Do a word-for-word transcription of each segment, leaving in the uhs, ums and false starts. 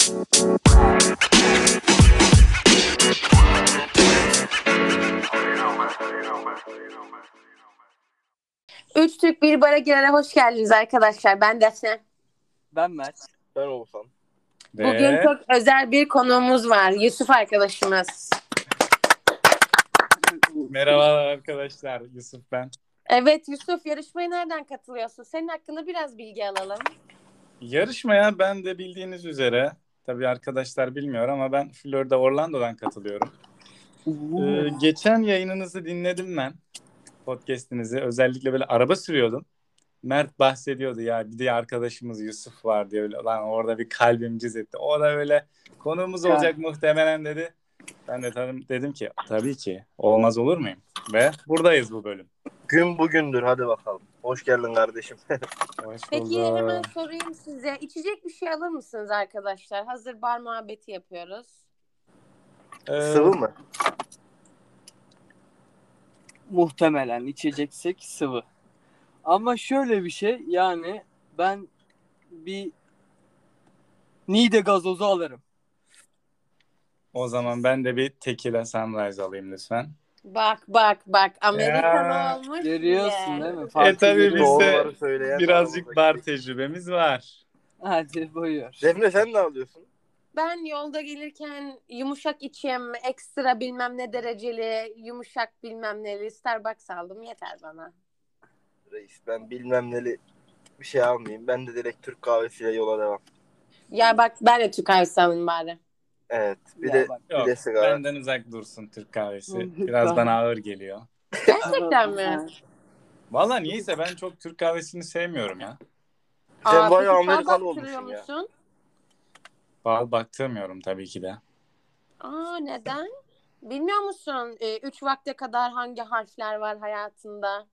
Üç Türk Bir Bara Girer'e hoş geldiniz arkadaşlar. Ben Defne. Ben Mert. Ben Oğuzhan. Bugün Ve... çok özel bir konuğumuz var. Yusuf arkadaşımız. Merhaba arkadaşlar. Yusuf ben. Evet Yusuf, yarışmaya nereden katılıyorsun? Senin hakkında biraz bilgi alalım. Yarışmaya ben de bildiğiniz üzere, tabii arkadaşlar bilmiyor ama ben Florida Orlando'dan katılıyorum. Ee, geçen yayınınızı dinledim ben. Podcast'inizi. Özellikle böyle araba sürüyordum. Mert bahsediyordu ya, bir de arkadaşımız Yusuf var diye, öyle lan orada bir kalbim cız etti. O da böyle konuğumuz olacak yani. Muhtemelen dedi. Ben de tabii dedim ki tabii ki olmaz olur muyum? Ve buradayız bu bölüm. Gün bugündür, hadi bakalım. Hoş geldin kardeşim. Hoş Peki bulduk. hemen sorayım size. İçecek bir şey alır mısınız arkadaşlar? Hazır bar muhabbeti yapıyoruz. Ee, Sıvı mı? Muhtemelen içeceksek sıvı. Ama şöyle bir şey, yani ben bir Niğde gazozu alırım. O zaman ben de bir Tequila Sunrise alayım lütfen. Bak bak bak, Amerikan Ya, olmuş görüyorsun bile. değil mi? E Farkı tabii görüyorsun. bizde birazcık bar tecrübemiz var. Hadi buyur. Defne sen ne alıyorsun? Ben yolda gelirken yumuşak içim, ekstra bilmem ne dereceli, yumuşak bilmem neli Starbucks aldım. Yeter bana. Reis, ben bilmem neli bir şey almayayım. Ben de direkt Türk kahvesiyle yola devam. Ya bak, ben de Türk kahvesi alayım bari. Evet. Bir Ya de bak, bir Yok, de sigara. benden uzak dursun Türk kahvesi. Biraz bana ağır geliyor. Gerçekten mi? Vallahi niyeyse ben çok Türk kahvesini sevmiyorum ya. Sen Aa, bayağı peki fal Amerikalı baktırıyor olmuşsun ya. musun? Bal baktırmıyorum tabii ki de. Aa, neden? Bilmiyor musun? Ee, üç vakte kadar hangi harfler var hayatında?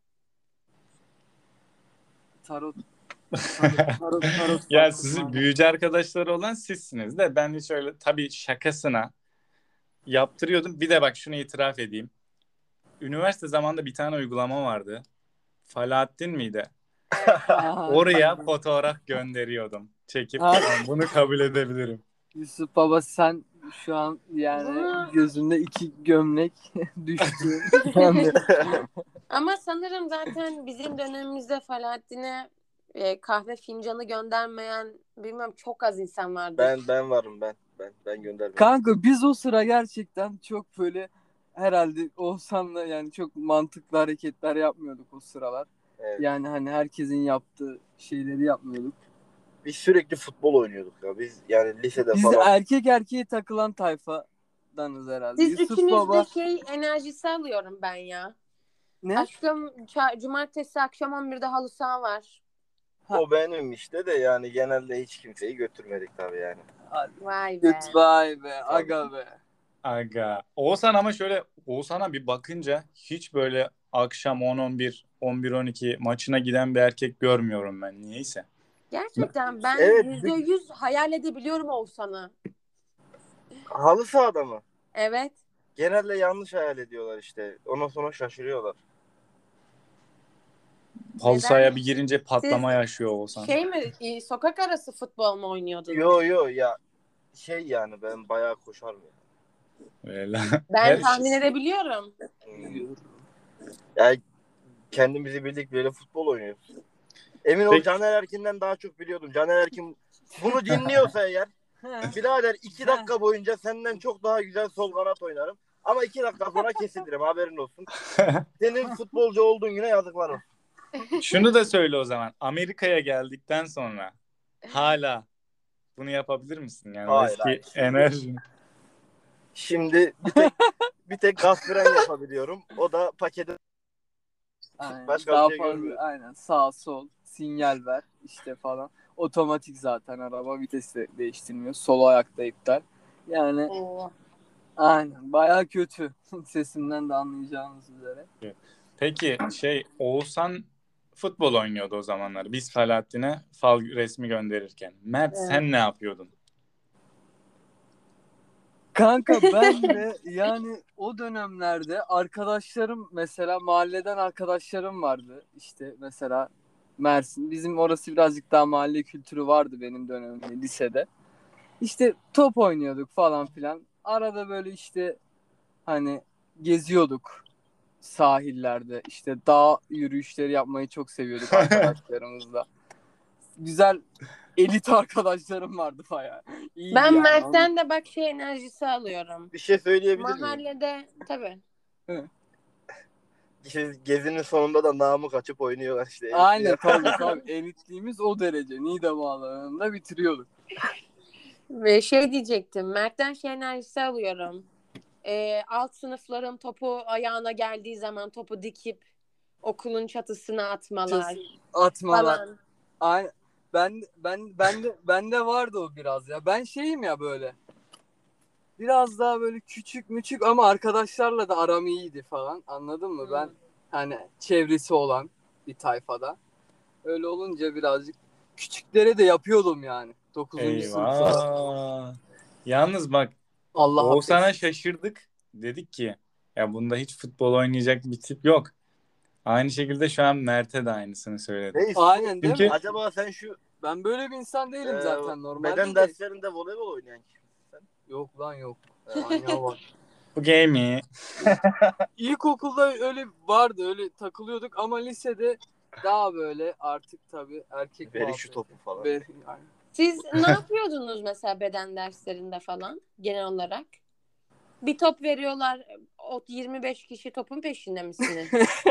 Tarot. Tarot, tarot, tarot Ya farklı sizin var. büyücü arkadaşları olan sizsiniz de ben hiç öyle, tabii şakasına yaptırıyordum. Bir de bak şunu itiraf edeyim. Üniversite zamanında bir tane uygulama vardı. Falahattin miydi? Aa, Oraya fotoğraf gönderiyordum. Çekip Aa. tamam, bunu kabul edebilirim. Yusuf baba, sen şu an yani Bunu- gözünde iki gömlek düştü. Yani Ama sanırım zaten bizim dönemimizde Falahattin'e e, kahve fincanı göndermeyen, bilmiyorum, çok az insan vardır. Ben ben varım ben. Ben ben göndermem. kanka biz o sıra gerçekten çok böyle herhalde Oğuzhan'la yani çok mantıklı hareketler yapmıyorduk o sıralar. Evet. Yani hani herkesin yaptığı şeyleri yapmıyorduk. Biz sürekli futbol oynuyorduk ya. Biz yani lisede Biz falan. erkek erkeğe takılan tayfadanız herhalde. Siz Yusuf üçünüzde baba şey enerjisi alıyorum ben ya. ne? Aşkım, ça- cumartesi akşam on birde halı saha var. O benim işte de, yani genelde hiç kimseyi götürmedik tabii yani. Vay be. Vay be, aga be. Aga. Oğuzhan ama şöyle, Oğuzhan'a bir bakınca hiç böyle akşam on on bir, on bir on iki maçına giden bir erkek görmüyorum ben niyeyse. Gerçekten ben Evet. yüzde yüz hayal edebiliyorum Oğuzhan'ı. Halı sahada mı? Evet. Genelde yanlış hayal ediyorlar işte. Ondan sonra şaşırıyorlar. Halı Neden? sahaya bir girince patlama Siz yaşıyor Oğuzhan. Şey mi, e, sokak arası futbol mu oynuyordunuz? Yo yo ya, şey yani ben bayağı koşarım ya. Öyle. Ben Her tahmin şey- edebiliyorum. Hmm. Yani kendimizi bildik böyle futbol oynuyoruz. Emin ol, Peki. Caner Erkin'den daha çok biliyordum. Caner Erkin bunu dinliyorsa eğer, birader iki dakika boyunca senden çok daha güzel sol kanat oynarım. Ama iki dakika sonra kesilirim, haberin olsun. Senin futbolcu olduğun güne yazıklar olsun. Şunu da söyle o zaman. Amerika'ya geldikten sonra hala bunu yapabilir misin? Yani o Hayır, eski hayır. enerji. Şimdi bir tek bir tek gaz fren yapabiliyorum. O da pakete. Aynen. Başka Daha bir şey fazla, görmüyorum. aynen, sağ sol sinyal ver işte falan. Otomatik zaten araba, vites de değiştirmiyor. Sol ayakta iptal. Yani Oo. aynen bayağı kötü. Sesimden de anlayacağınız üzere. Peki şey, Oğuzhan futbol oynuyordu o zamanlar. Biz Falahattin'e fal resmi gönderirken. Mert Evet. sen ne yapıyordun? Kanka ben de yani o dönemlerde arkadaşlarım, mesela mahalleden arkadaşlarım vardı. İşte mesela Mersin. Bizim orası birazcık daha mahalle kültürü vardı benim dönemimde lisede. İşte top oynuyorduk falan filan. Arada böyle işte hani geziyorduk sahillerde. İşte dağ yürüyüşleri yapmayı çok seviyorduk arkadaşlarımızla. Güzel elit arkadaşlarım vardı bayağı. İyiydi Ben yani. Mert'ten de bak şey enerjisi alıyorum. Bir şey söyleyebilir miyim? Mahallede tabii. Gez- Gezinin sonunda da namı kaçıp oynuyorlar işte. Aynen tabii tabii. Elitliğimiz o derece. Niğde bağlarında bitiriyorduk. Ve şey diyecektim. Mert'ten şey enerjisi alıyorum. Ee, alt sınıfların topu ayağına geldiği zaman topu dikip okulun çatısına atmalar Atmalar. falan. Aynen. Ben ben ben de bende vardı o biraz ya. Ben şeyim ya böyle. Biraz daha böyle küçük müçük ama arkadaşlarla da aram iyiydi falan. Anladın mı? Hmm. Ben hani çevresi olan bir tayfada. Öyle olunca birazcık küçüklere de yapıyordum yani. dokuzuncu sınıfta. Eyvah. Yalnız bak Allah Oğuzhan'a affetsin. şaşırdık. Dedik ki ya bunda hiç futbol oynayacak bir tip yok. Aynı şekilde şu an Mert'e de aynısını söyledik. Reis, Aynen değil Çünkü- mi? acaba sen şu Ben böyle bir insan değilim e, zaten normalde. beden de. derslerinde voleybol oynayan kim? Yok lan yok. Manyağı var. Bu game'i İlkokulda öyle vardı, öyle takılıyorduk ama lisede daha böyle artık tabii erkek Veri şu muhabbeti. topu falan. Ve- yani Siz ne yapıyordunuz mesela beden derslerinde falan genel olarak? Bir top veriyorlar, o yirmi beş kişi topun peşinde misiniz?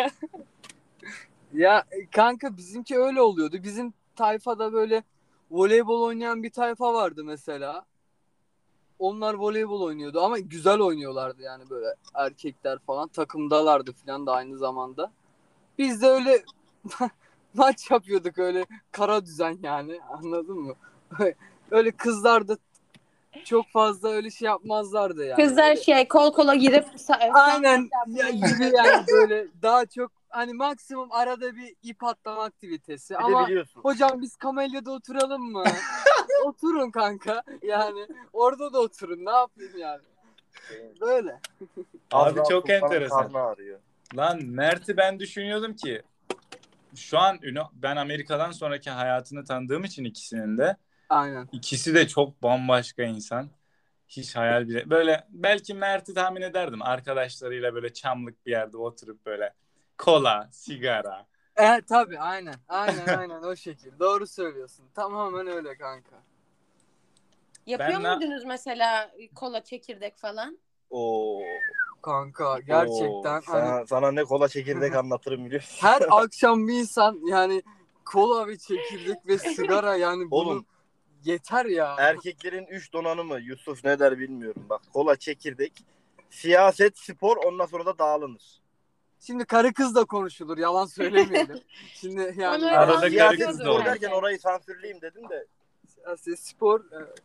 Ya kanka bizimki öyle oluyordu. Bizim tayfada böyle voleybol oynayan bir tayfa vardı mesela. Onlar voleybol oynuyordu ama güzel oynuyorlardı yani böyle erkekler falan. Takımdalardı falan da aynı zamanda. Biz de öyle maç yapıyorduk öyle kara düzen yani, anladın mı? Öyle kızlar da çok fazla öyle şey yapmazlardı yani. Kızlar Öyle- şey kol kola girip sa- Aynen sağ- ya, gibi yani böyle daha çok hani maksimum arada bir ip atlama aktivitesi Bir de ama biliyorsun. hocam biz kamelyada oturalım mı? Oturun kanka yani orada da oturun, ne yapayım yani. Böyle. Abi Az çok daha Sultan'ın enteresan. karnı ağrıyor. Lan Mert'i ben düşünüyordum ki şu an ünü- ben Amerika'dan sonraki hayatını tanıdığım için ikisinin de Aynen. ikisi de çok bambaşka insan. Hiç hayal bile. Böyle belki Mert'i tahmin ederdim. Arkadaşlarıyla böyle çamlık bir yerde oturup böyle kola, sigara. E tabii aynen. Aynen aynen o şekil. Doğru söylüyorsun. Tamamen öyle kanka. Yapıyor Ben ne- muydunuz mesela kola çekirdek falan? Oo. Kanka gerçekten Oo. hani Sana, sana ne kola çekirdek anlatırım biliyorsun. her akşam bir insan yani kola ve çekirdek ve sigara yani bunun Oğlum, yeter ya. erkeklerin üç donanımı Yusuf ne der bilmiyorum. Bak kola çekirdek, siyaset, spor, ondan sonra da dağılınır. Şimdi karı kız da konuşulur, yalan söylemeyelim. Şimdi yani Onu öyle Arada karı Siyaset, kız da spor olur. derken orayı sansürleyeyim dedim de. siyaset, spor evet.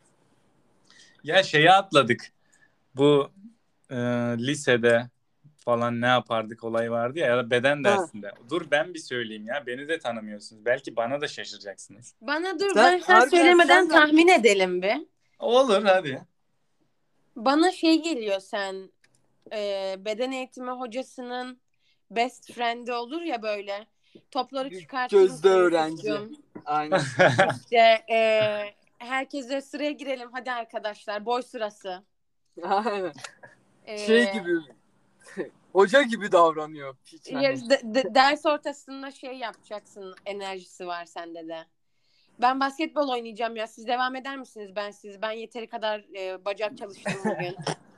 Ya şeye atladık. Bu e, lisede falan ne yapardık olayı vardı ya, ya da beden dersinde. Dur ben bir söyleyeyim ya. Beni de tanımıyorsunuz. Belki bana da şaşıracaksınız. Bana dur Sen- ben sen harbiden söylemeden sen de- tahmin edelim bir. Olur hadi. Bana şey geliyor, sen e, beden eğitimi hocasının best friend'i olur ya böyle. Topları Bir çıkartırım. gözde öğrenci. Aynen. İşte e, herkese sıraya girelim hadi arkadaşlar, boy sırası. Aynen. E, Şey gibi hoca gibi davranıyor. Piç hani. ya, de- de- ders ortasında şey yapacaksın, enerjisi var sende de. Ben basketbol oynayacağım ya, siz devam eder misiniz? Ben siz ben yeteri kadar e, bacak çalıştım bugün.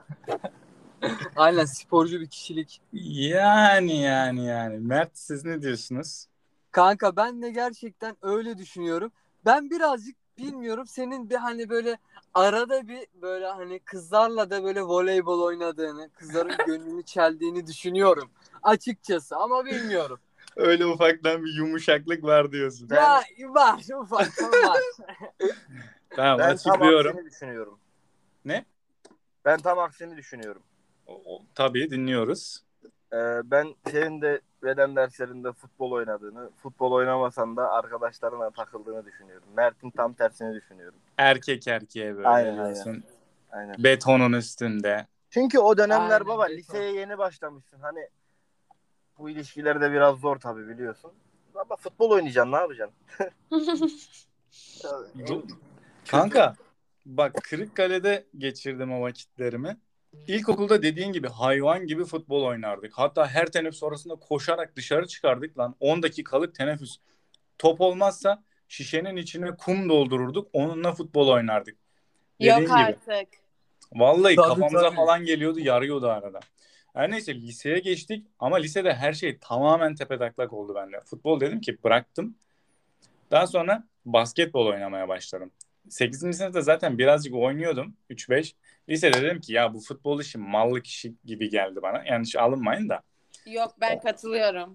Aynen sporcu bir kişilik. Yani yani yani. Mert siz ne diyorsunuz? Kanka ben de gerçekten öyle düşünüyorum. Ben birazcık bilmiyorum senin bir hani böyle arada bir böyle hani kızlarla da böyle voleybol oynadığını, kızların gönlünü çeldiğini düşünüyorum. Açıkçası ama bilmiyorum. Öyle ufaktan bir yumuşaklık var diyorsun. Ya var ufak var. Tamam Ben tam açıklıyorum. aksini düşünüyorum. Ne? Ben tam aksini düşünüyorum. O, o- tabii dinliyoruz. Ee, ben senin de beden derslerinde futbol oynadığını, futbol oynamasan da arkadaşlarına takıldığını düşünüyorum. Mert'in tam tersini düşünüyorum. Erkek erkeğe böyle Aynen, diyorsun. Aynen. Betonun üstünde. Çünkü o dönemler Aynen, baba beton. liseye yeni başlamışsın. Hani bu ilişkiler de biraz zor tabii biliyorsun. Ama futbol oynayacaksın, ne yapacaksın? Du- Kanka Bak Kırıkkale'de geçirdim o vakitlerimi. İlkokulda dediğin gibi hayvan gibi futbol oynardık. Hatta her teneffüs sonrasında koşarak dışarı çıkardık lan. on dakikalık teneffüs. Top olmazsa şişenin içine kum doldururduk. Onunla futbol oynardık. Yok Dediğin gibi. artık. Vallahi Tabii, kafamıza tabii. falan geliyordu, yarıyordu arada. Her neyse liseye geçtik ama lisede her şey tamamen tepetaklak oldu bende. Futbol dedim ki bıraktım. Daha sonra basketbol oynamaya başladım. sekizinci sınıfta zaten birazcık oynuyordum. üç beş. Lisede dedim ki ya bu futbol işi mallık işi gibi geldi bana. Yanlış alınmayın da. Yok, ben katılıyorum.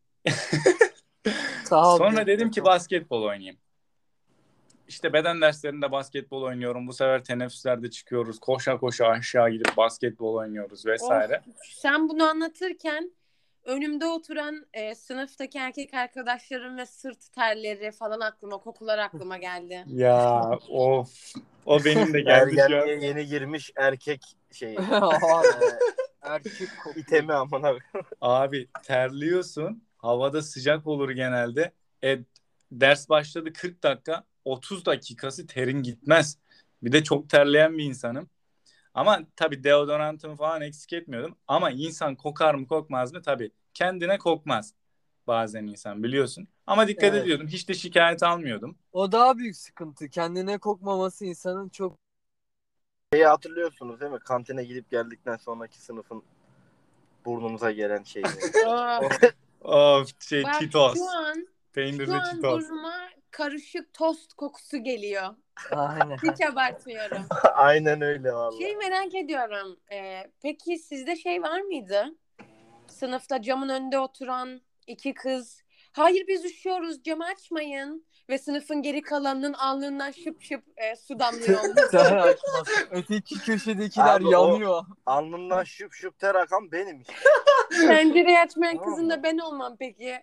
Sağ ol. Sonra dedim ki basketbol oynayayım. İşte beden derslerinde basketbol oynuyorum. Bu sefer teneffüslerde çıkıyoruz. Koşa koşa aşağı gidip basketbol oynuyoruz vesaire. Of, sen bunu anlatırken önümde oturan e, sınıftaki erkek arkadaşlarım ve sırt terleri falan aklıma, kokular aklıma geldi. Ya of. O benim de geldi şu an. Ergenliğe yeni girmiş erkek şeyi. Abi, erkek kokuyor. İtemi amına. Abi terliyorsun. Havada sıcak olur genelde. E, ders başladı kırk dakika. otuz dakikası terin gitmez. Bir de çok terleyen bir insanım. Ama tabii deodorantımı falan eksik etmiyordum. Ama insan kokar mı kokmaz mı? Tabii kendine kokmaz bazen insan biliyorsun. Ama dikkat Evet. ediyordum. Hiç de şikayet almıyordum. O daha büyük sıkıntı. Kendine kokmaması insanın çok... Şeyi hatırlıyorsunuz değil mi? Kantine gidip geldikten sonraki sınıfın burnumuza gelen şeyi. Of, Of şey bak Titos. şu an, Peynirli şu an Titos. burnuma karışık tost kokusu geliyor. Aynen. Hiç abartmıyorum. Aynen öyle vallahi. Şey merak ediyorum. E, peki sizde şey var mıydı? Sınıfta camın önünde oturan iki kız. Hayır biz üşüyoruz, camı açmayın. Ve sınıfın geri kalanının alnından şıp şıp e, su damlıyor. Sen açmasın. Öteki köşedekiler Abi o- yanıyor. Alnından şıp şıp ter akan benim işte. Pencereyi açmayan Tamam kızın mı? da ben olmam peki.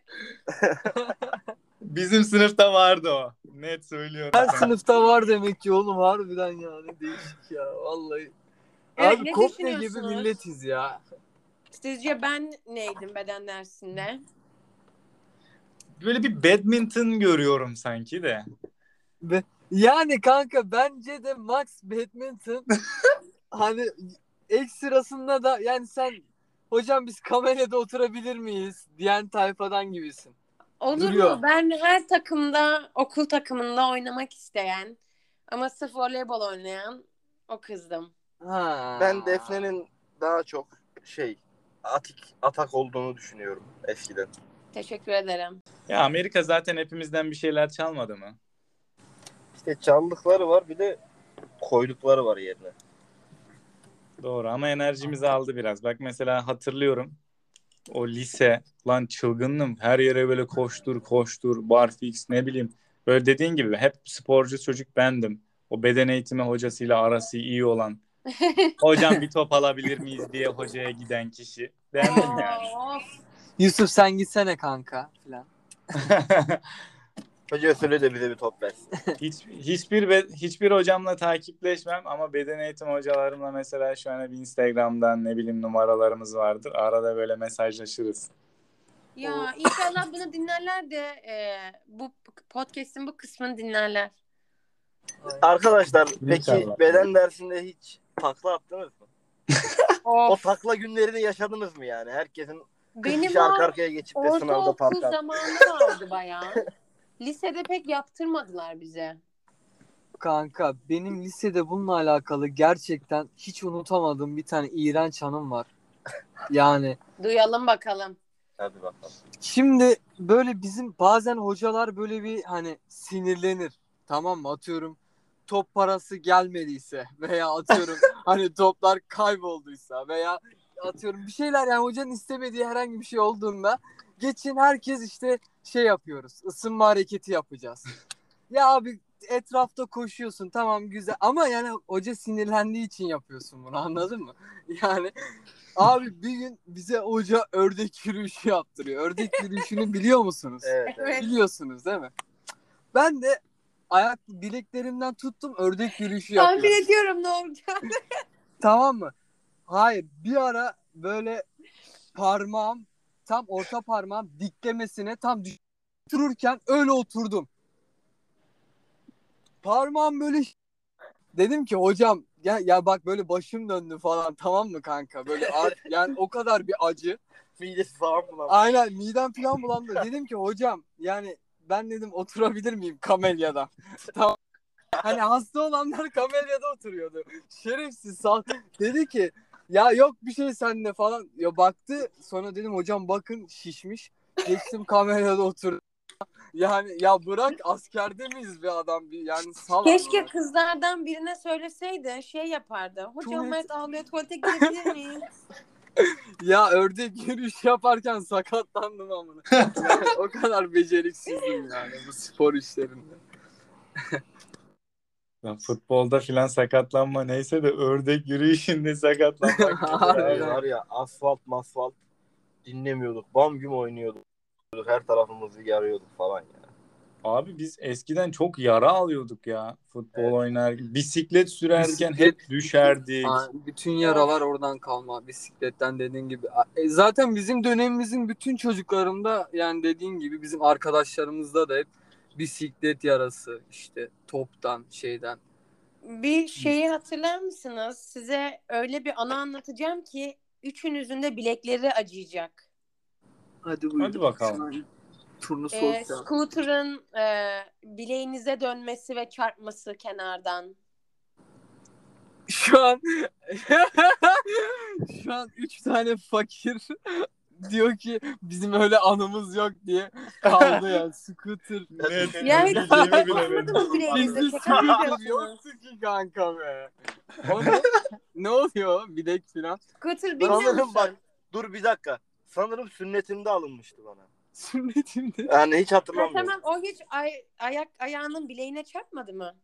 Bizim sınıfta vardı o. Net söylüyorum. Her sana. sınıfta var demek ki oğlum, harbiden yani değişik ya vallahi. Evet, Abi ne kopya gibi düşünüyorsunuz? milletiz ya. Sizce ben neydim beden dersinde? Böyle bir badminton görüyorum sanki de. Ve yani kanka bence de Max Badminton hani ekstrasında da yani sen hocam biz kamerada oturabilir miyiz diyen tayfadan gibisin. Olur Duruyor. mu? Ben her takımda, okul takımında oynamak isteyen ama sırf voleybol oynayan o kızdım. Ha. Ben Defne'nin daha çok şey atik atak olduğunu düşünüyorum eskiden. Teşekkür ederim. Ya Amerika zaten hepimizden bir şeyler çalmadı mı? İşte çaldıkları var bir de koydukları var yerine. Doğru ama enerjimizi aldı biraz. Bak mesela hatırlıyorum. O lise lan çılgındım. Her yere böyle koştur koştur barfix ne bileyim. Böyle dediğin gibi hep sporcu çocuk bendim. O beden eğitimi hocasıyla arası iyi olan. Hocam bir top alabilir miyiz diye hocaya giden kişi. Bendim yani. Of. Yusuf sen gitsene kanka falan. Hoca söyle de bize bir top versin. Hiç, hiçbir be- hiçbir hocamla takipleşmem ama beden eğitim hocalarımla mesela şu an bir Instagram'dan ne bileyim numaralarımız vardır. Arada böyle mesajlaşırız. Ya inşallah bunu dinlerler de e, bu podcast'in bu kısmını dinlerler. Arkadaşlar peki İnşallah. beden dersinde hiç takla attınız mı? O Of. takla günlerini yaşadınız mı yani? Herkesin kırk Benim kişi arka o arkaya geçip de sınavda ortaokul park at. zamanı vardı bayağı. Lisede pek yaptırmadılar bize. Kanka benim lisede bununla alakalı gerçekten hiç unutamadığım bir tane iğrenç anım var. Yani Duyalım bakalım. Hadi bakalım. şimdi böyle bizim bazen hocalar böyle bir hani sinirlenir. Tamam mı? Atıyorum top parası gelmediyse veya atıyorum hani toplar kaybolduysa veya atıyorum bir şeyler yani hocanın istemediği herhangi bir şey olduğunda geçin herkes işte şey yapıyoruz. Isınma hareketi yapacağız. Ya abi etrafta koşuyorsun tamam güzel ama yani hoca sinirlendiği için yapıyorsun bunu, anladın mı? Yani abi bir gün bize hoca ördek yürüyüşü yaptırıyor. Ördek yürüyüşünü biliyor musunuz? Evet, evet. Evet. Biliyorsunuz değil mi? Ben de ayak bileklerimden tuttum ördek yürüyüşü yapıyorum. Tahmin ediyorum ne olacak. Tamam mı? Hayır bir ara böyle parmağım tam orta parmağım diklemesine tam düş- otururken öyle oturdum. Parmağım böyle dedim ki hocam ya, ya bak böyle başım döndü falan, tamam mı kanka? Böyle ar- yani o kadar bir acı. Midesi falan bulan. Aynen, midem falan bulandı. Dedim ki hocam yani ben dedim oturabilir miyim kamelyada? Tamam. Hani hasta olanlar kamelyada oturuyordu. Şerefsiz sal. Dedi ki ya yok bir şey sende falan. Ya baktı, sonra dedim hocam bakın şişmiş. Geçtim kamelyada oturdum. Yani ya bırak, askerde miyiz be adam, bir yani sal Keşke anlamı. kızlardan birine söyleseydi, şey yapardı. Hocam Tuvalet- Mert ağlıyor, tuvalete gidebilir miyim? Ya ördek yürüyüş yaparken sakatlandım amına. Yani o kadar beceriksizdim yani bu spor işlerinde. Ya futbolda filan sakatlanma neyse de ördek yürüyüşünde sakatlanmak nedir Harbiden. abi? Var ya, asfalt masfalt dinlemiyorduk. Bam güm oynuyorduk. Her tarafımızı yarıyorduk falan ya. Abi biz eskiden çok yara alıyorduk ya futbol Evet. oynarken. Bisiklet sürerken Bisiklet- hep düşerdik. Aa, bütün yaralar oradan kalma, bisikletten dediğin gibi. E, zaten bizim dönemimizin bütün çocuklarında, yani dediğin gibi bizim arkadaşlarımızda da hep bisiklet yarası, işte toptan şeyden. Bir şeyi hatırlar mısınız? Size öyle bir anı anlatacağım ki üçünüzün de bilekleri acıyacak. Hadi buyur. Hadi bakalım. Şu an turnusol Ee, falan. scooter'ın e, bileğinize dönmesi ve çarpması kenardan. Şu an şu an üç tane fakir diyor ki bizim öyle anımız yok diye kaldı ya. Scooter. Net, Ya ne hiç diyeceğimi dokunmadınız bilemedim. bileğinize, Bizde şaka mı scooter yapıyorsunuz? yoktu ki kanka be. O ne? Ne oluyor? Bilek falan. Scooter bilmiyor Sanırım musun? bak, dur bir dakika. Sanırım sünnetimde alınmıştı bana. Sünnetimde. Yani hiç Ha, hatırlamıyorum. tamam, o hiç ay- ayak ayağının bileğine çarpmadı mı?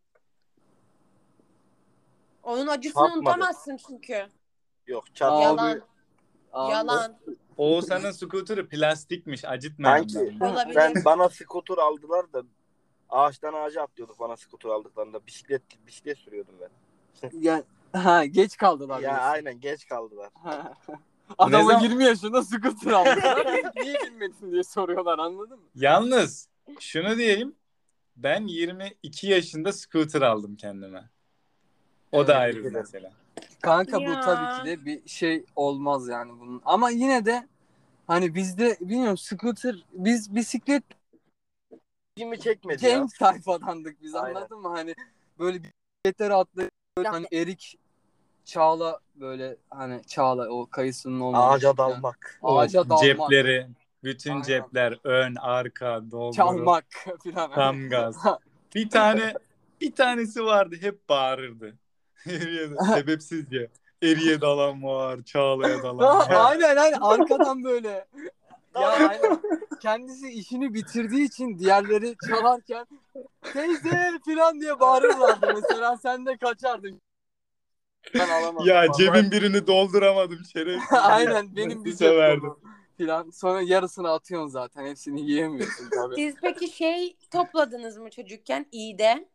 Onun acısını Çarpmadı. unutamazsın çünkü. Yok, çarp. Abi, Yalan. abi. Yalan. Oğuzhan'ın scooter'ı plastikmiş, acıtmayan Sanki ben. Olabilir. ben bana skuter aldılar da ağaçtan ağaca atlıyorduk bana skuter aldıklarında. Bisiklet bisiklet sürüyordum ben. Yani, ha, geç kaldılar. Ya diyorsun. aynen, geç kaldılar. Ha. Adama Ne zaman- yirmi yaşında scooter aldılar. Niye bilmedin diye soruyorlar, anladın mı? Yalnız şunu diyeyim. Ben yirmi iki yaşında scooter aldım kendime. O da Evet, ayrı bir güzel. mesele. Kanka bu Ya. tabii ki de bir şey olmaz yani bunun. Ama yine de hani bizde bilmiyorum, scooter, biz bisiklet İlgimi çekmedi ya. genç tayfadandık biz, Aynen. anladın mı? Hani böyle bisikletlere atlayıp böyle hani Erik Çağla, böyle hani Çağla, o kayısının olmamış. Ağaca dalmak. O Ağaca dalmak. cepleri, bütün Aynen. cepler, ön, arka, doldurup, Çalmak falan. tam gaz. Bir tane, bir tanesi vardı, hep bağırırdı. Eriye, sebepsizce. Eriye dalan var, Çağla'ya dalan var. Aynen aynen, arkadan böyle. Ya aynen. Kendisi işini bitirdiği için diğerleri çalarken teyze falan diye bağırırlardı mesela, sen de kaçardın. Ben alamadım. Ya falan. cebin birini dolduramadım şerefsiz. Aynen, benim bir Nasıl cep severdim. dolu falan. Sonra yarısını atıyorsun zaten, hepsini yiyemiyorsun tabii. Siz peki şey topladınız mı çocukken? İğde.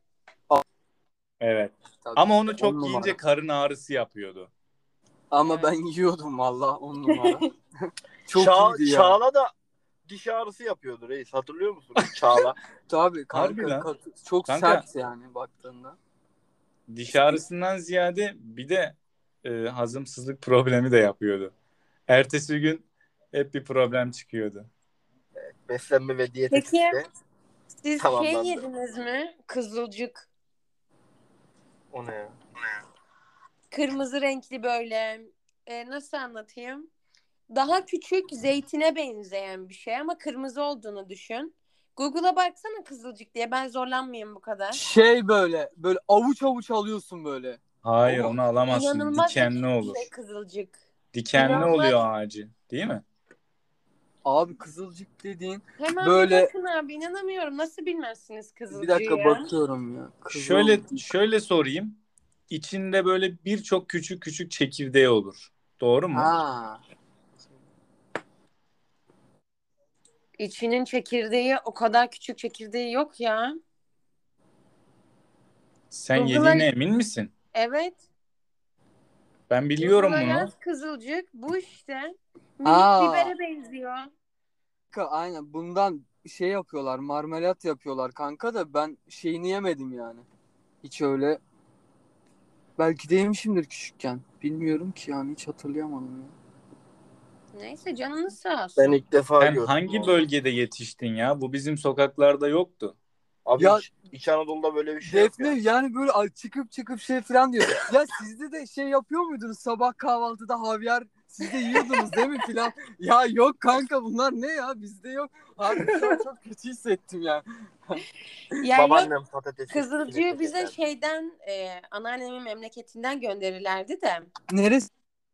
Evet. Tabii. Ama onu On çok numara. yiyince karın ağrısı yapıyordu. Ama Evet. ben yiyordum valla, on numara. Çok Ça- iyiydi ya. Çağla da diş ağrısı yapıyordu reis. Hatırlıyor musun Çağla? Tabii Harbi kanka, lan. kat- çok Kanka. sert yani baktığında. Diş ağrısından ziyade bir de e, hazımsızlık problemi de yapıyordu. Ertesi gün hep bir problem çıkıyordu. Beslenme ve Peki diyetetikte siz şey tamamlandı. yediniz mi? Kızılcık. O ne ya? Kırmızı renkli böyle. E, nasıl anlatayım? Daha küçük, zeytine benzeyen bir şey ama kırmızı olduğunu düşün. Google'a baksana kızılcık diye. Ben zorlanmayayım bu kadar. Şey böyle böyle avuç avuç alıyorsun böyle. Hayır, Ama onu alamazsın. İnanılmaz Dikenli ekşi bir olur. şey kızılcık. Dikenli İnanılmaz. oluyor ağacı. Değil mi? Abi kızılcık dediğin Hemen böyle, bir bakın abi, inanamıyorum. Nasıl bilmezsiniz kızılcığı bir dakika ya? bakıyorum ya. Kızıl... Şöyle şöyle sorayım. İçinde böyle birçok küçük küçük çekirdeği olur. Doğru mu? Ha. İçinin çekirdeği, o kadar küçük çekirdeği yok ya. Sen Google'a- yediğine emin misin? Evet. Ben biliyorum Google'a bunu. yaz kızılcık. Bu işte. Minik Aa. bibere benziyor. Kanka, aynen bundan şey yapıyorlar, marmelat yapıyorlar kanka, da ben şeyini yemedim yani. Hiç öyle Belki de yemişimdir küçükken. Bilmiyorum ki yani hiç hatırlayamadım ya. Neyse canınız sağ olsun. Ben ilk defa Sen gördüm. hangi onu. bölgede yetiştin ya? Bu bizim sokaklarda yoktu. Abi Ya- İç, İç Anadolu'da böyle bir şey yok Defne ya. yani böyle a- çıkıp çıkıp şey falan diyor. Ya sizde de şey yapıyor muydunuz sabah kahvaltıda havyar siz de yiyordunuz değil mi filan? Ya yok kanka bunlar ne ya bizde yok. Abi şu an çok kötü hissettim ya. Ya yok, Babaannem patates. Kızılcığı bize şeyden e, anneannemin memleketinden gönderirlerdi de. Neresi?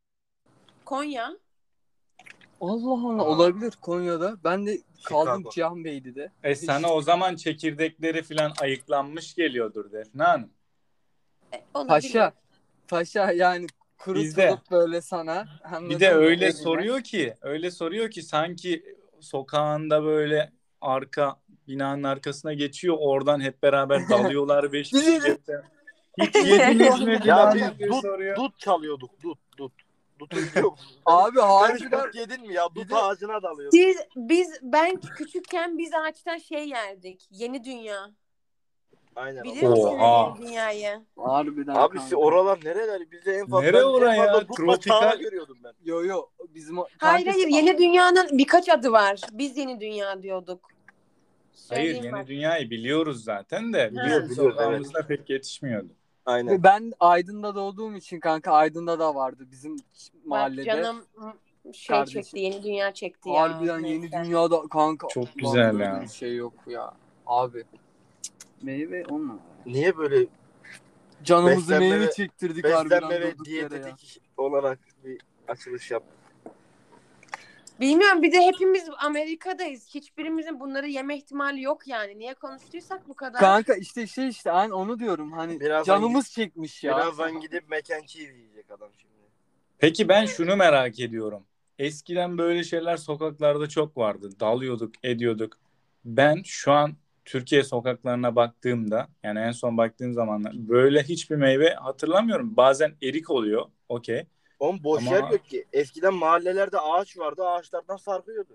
Konya. Allah Allah Aa. olabilir Konya'da. Ben de kaldım Chicago. Cihan Bey'di de. E sana o zaman çekirdekleri falan ayıklanmış geliyordur Defne Hanım. E, olabilir. Paşa. Paşa yani Bizde. kurutulup böyle sana. Anladın Bir de mı? öyle Eline. soruyor ki, öyle soruyor ki sanki sokağında böyle arka binanın arkasına geçiyor. Oradan hep beraber dalıyorlar beş kişi cepten. Hiç yediniz mi Ya falan biz diye dut, soruyor. dut çalıyorduk. Dut dut. Dutu biliyor musun? Abi Sen hiç harbiden dut yedin mi ya? Bir Dut de- ağacına dalıyorduk. Siz, biz ben küçükken biz ağaçtan şey yerdik. Yeni Dünya. Aynen. Bilir o. misiniz Oha. Yeni Dünyayı? harbiden Abi kanka. siz oralar nereler? Bizde en fazla Nere ben oraya? en fazla dutla Tropikal- çağla görüyordum ben. Yo yo bizim o Hayır kanka- hayır Yeni Dünya'nın birkaç adı var. Biz Yeni Dünya diyorduk. Hayır Söyleyeyim yeni bak. dünyayı biliyoruz zaten de Ha. bizim Biliyoruz, sokağımızda pek yetişmiyordu. Aynen. Ben Aydın'da doğduğum için kanka Aydın'da da vardı bizim mahallede. Bak canım şey Kardeşim. çekti. Yeni Dünya çekti ya. Harbiden Neyse. yeni dünyada kanka. Çok Ulan güzel böyle ya. bir şey yok ya. Abi. Meyve onunla. Niye böyle Canımızı Beslenme meyve ve- çektirdik harbiden beslenme ve durduk yere ya. diyetetik olarak bir açılış yap? Bilmiyorum bir de hepimiz Amerika'dayız. Hiçbirimizin bunları yeme ihtimali yok yani. Niye konuştuysak bu kadar. Kanka işte şey işte hani onu diyorum hani Birazdan canımız çekmiş ya. Birazdan gidip mac and cheese yiyecek adam şimdi. Peki ben şunu merak ediyorum. Eskiden böyle şeyler sokaklarda çok vardı. Dalıyorduk, ediyorduk. Ben şu an Türkiye sokaklarına baktığımda, yani en son baktığım zamanlar böyle hiçbir meyve hatırlamıyorum. Bazen erik oluyor, okey. Oğlum boş Ama- yer yok ki. Eskiden mahallelerde ağaç vardı. Ağaçlardan sarkıyordu.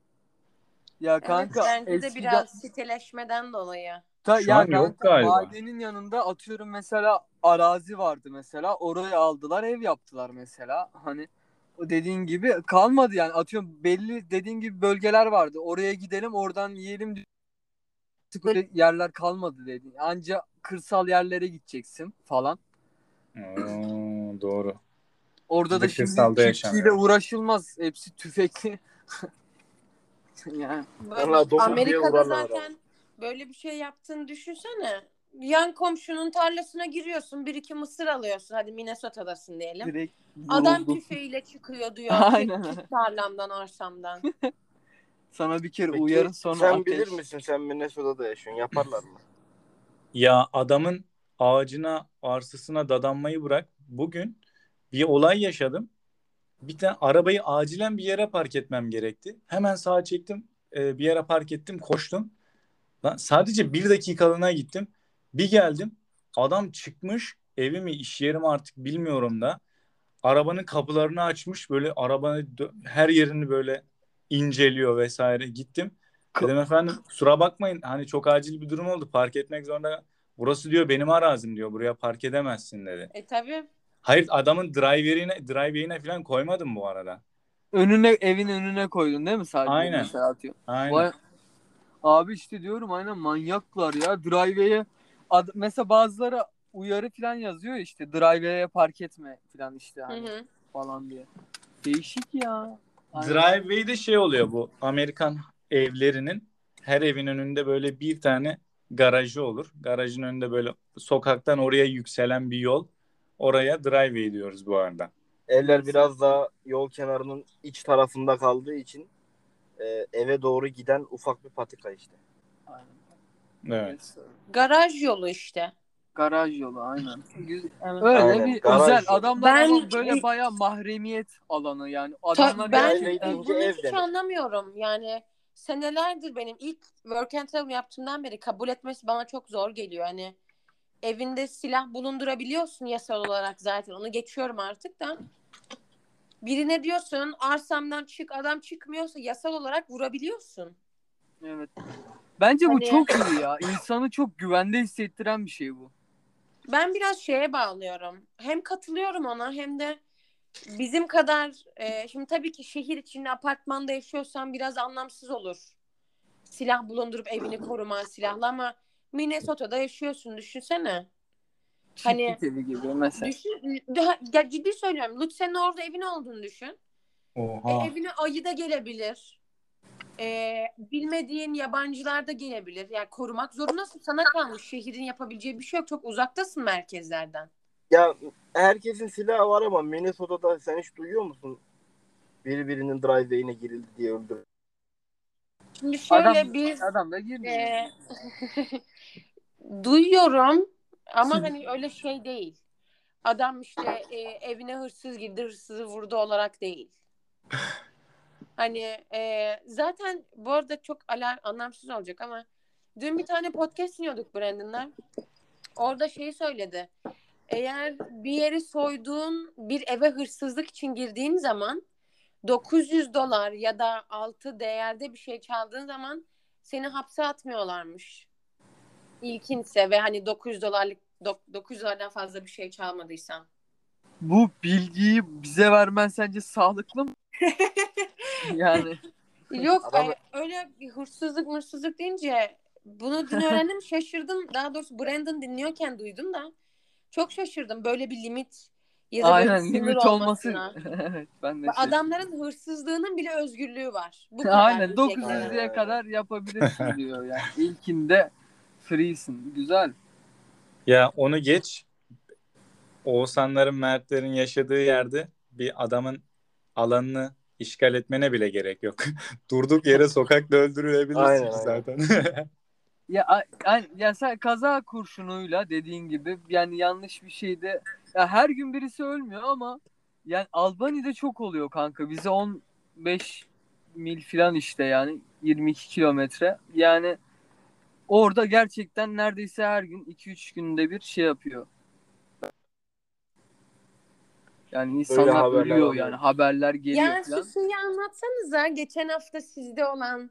Ya Evet kanka bence de eskiden- biraz siteleşmeden dolayı. Ta, Şu ya an yok kanka, galiba. mahallenin yanında atıyorum mesela arazi vardı mesela. Orayı aldılar ev yaptılar mesela. Hani o dediğin gibi kalmadı yani atıyorum belli dediğin gibi bölgeler vardı. Oraya gidelim oradan yiyelim. Artık öyle yerler kalmadı dedin. Anca kırsal yerlere gideceksin falan. Oo, doğru. Orada Bir da de şimdi kırsalda çiftçiyle yaşanıyor. uğraşılmaz. Hepsi tüfekli. yani Böyle Vallahi domuz diye Amerika'da vurarlar zaten adamı. böyle bir şey yaptığını düşünsene. Yan komşunun tarlasına giriyorsun. Bir iki mısır alıyorsun. Hadi Minnesota'dasın diyelim. direkt Adam vuruldu. tüfeğiyle çıkıyor diyor. Aynen. Çık, çık tarlamdan arsamdan. Sana bir kere Peki uyarın sonra sen ateş. bilir misin? Sen Minnesota'da yaşıyorsun. Yaparlar mı? Ya adamın ağacına, arsasına dadanmayı bırak. Bugün bir olay yaşadım. Bir tane arabayı acilen bir yere park etmem gerekti. Hemen sağa çektim, e, bir yere park ettim, koştum. Lan sadece bir dakikalığına gittim. Bir geldim, adam çıkmış, evi mi, iş yeri mi artık bilmiyorum da. Arabanın kapılarını açmış, böyle arabanın dö- her yerini böyle inceliyor vesaire. Gittim. Dedim efendim kusura bakmayın, hani çok acil bir durum oldu, park etmek zorunda. Burası diyor benim arazim diyor, buraya park edemezsin dedi. E tabii. Hayır, adamın driver'ine, drive'ine falan koymadım bu arada. Önüne evin önüne koydun değil mi sadece Aynen. mesela atıyor. Aynen. Vay, abi işte diyorum aynen manyaklar ya. Driveway'e ad- mesela bazıları uyarı falan yazıyor ya işte driveway'e park etme falan işte Hı hani hı. falan diye. Değişik ya. Aynen. Driveway'de şey oluyor, bu Amerikan evlerinin her evin önünde böyle bir tane garajı olur. Garajın önünde böyle sokaktan oraya yükselen bir yol. Oraya driveway diyoruz bu arada. Evler biraz daha yol kenarının iç tarafında kaldığı için e, eve doğru giden ufak bir patika işte. Aynen. Evet. Garaj yolu işte. Garaj yolu aynen. Güzel. Evet. Öyle Aynen, bir garaj özel yolu. adamlar Ben- ama böyle bayağı mahremiyet alanı yani. Adamlar Ta- ben Driveway gerçekten deyince bunu ev hiç denir. anlamıyorum. Yani senelerdir benim ilk work and travel yaptığımdan beri kabul etmesi bana çok zor geliyor. Hani evinde silah bulundurabiliyorsun yasal olarak zaten. Onu geçiyorum artık da. Birine diyorsun arsamdan çık, adam çıkmıyorsa yasal olarak vurabiliyorsun. evet. Bence bu Hani- çok iyi ya. İnsanı çok güvende hissettiren bir şey bu. Ben biraz şeye bağlıyorum. Hem katılıyorum ona hem de bizim kadar e, şimdi tabii ki şehir içinde apartmanda yaşıyorsan biraz anlamsız olur. Silah bulundurup evini koruman silahlı ama Minnesota'da yaşıyorsun düşünsene. Hani Çiftlik evi gibi mesela. düşün, daha- ya ciddi söylüyorum. Lütfen orada evin olduğunu düşün. E, Oha. evine ayı da gelebilir. E, bilmediğin yabancılar da gelebilir. Yani korumak zorundasın. Sana kalmış. Şehrin yapabileceği bir şey yok. Çok uzaktasın merkezlerden. Ya herkesin silahı var ama Minnesota'da sen hiç duyuyor musun? Biri birinin driveway'ine girildi diye öldürdü. Şimdi şöyle Adam biz adam da girmiyor. e, duyuyorum ama hani öyle şey değil. Adam işte e, evine hırsız girdi, hırsızı vurdu olarak değil. Hani e, zaten bu arada çok ala, anlamsız olacak ama dün bir tane podcast dinliyorduk Brandon'la. Orada şeyi söyledi. Eğer bir yeri soyduğun bir eve hırsızlık için girdiğin zaman dokuz yüz dolar ya da altı değerde bir şey çaldığın zaman seni hapse atmıyorlarmış. İlkinse ve hani dokuz yüz dolarlık dokuz yüz dolardan fazla bir şey çalmadıysan. Bu bilgiyi bize vermen sence sağlıklı mı? Yani Yok Adamı- e, öyle bir hırsızlık mırsızlık deyince bunu dün öğrendim şaşırdım. Daha doğrusu Brandon dinliyorken duydum da çok şaşırdım. Böyle bir limit ya da böyle bir aynen sınır limit olması. olmasına. Evet, ben de Ve şey. adamların hırsızlığının bile özgürlüğü var. Bu kadar Aynen diyecekler. dokuz yüz'e kadar yapabilirsin diyor yani. İlkinde free'sin. Güzel. Ya onu geç. Oğuzhanların, Mertlerin yaşadığı yerde bir adamın alanını işgal etmene bile gerek yok. Durduk yere sokakta öldürülebilirsin Aynen, ki aynen. zaten. Ya a- a- ya sen kaza kurşunuyla dediğin gibi yani yanlış bir şeyde ya her gün birisi ölmüyor ama yani Albany'de çok oluyor kanka. Bize on beş mil falan işte yani yirmi iki kilometre. Yani orada gerçekten neredeyse her gün iki üç günde bir şey yapıyor. Yani Böyle insanlar haberler ölüyor alıyoruz. yani haberler geliyor Ya şu falan. şeyi anlatsanıza geçen hafta sizde olan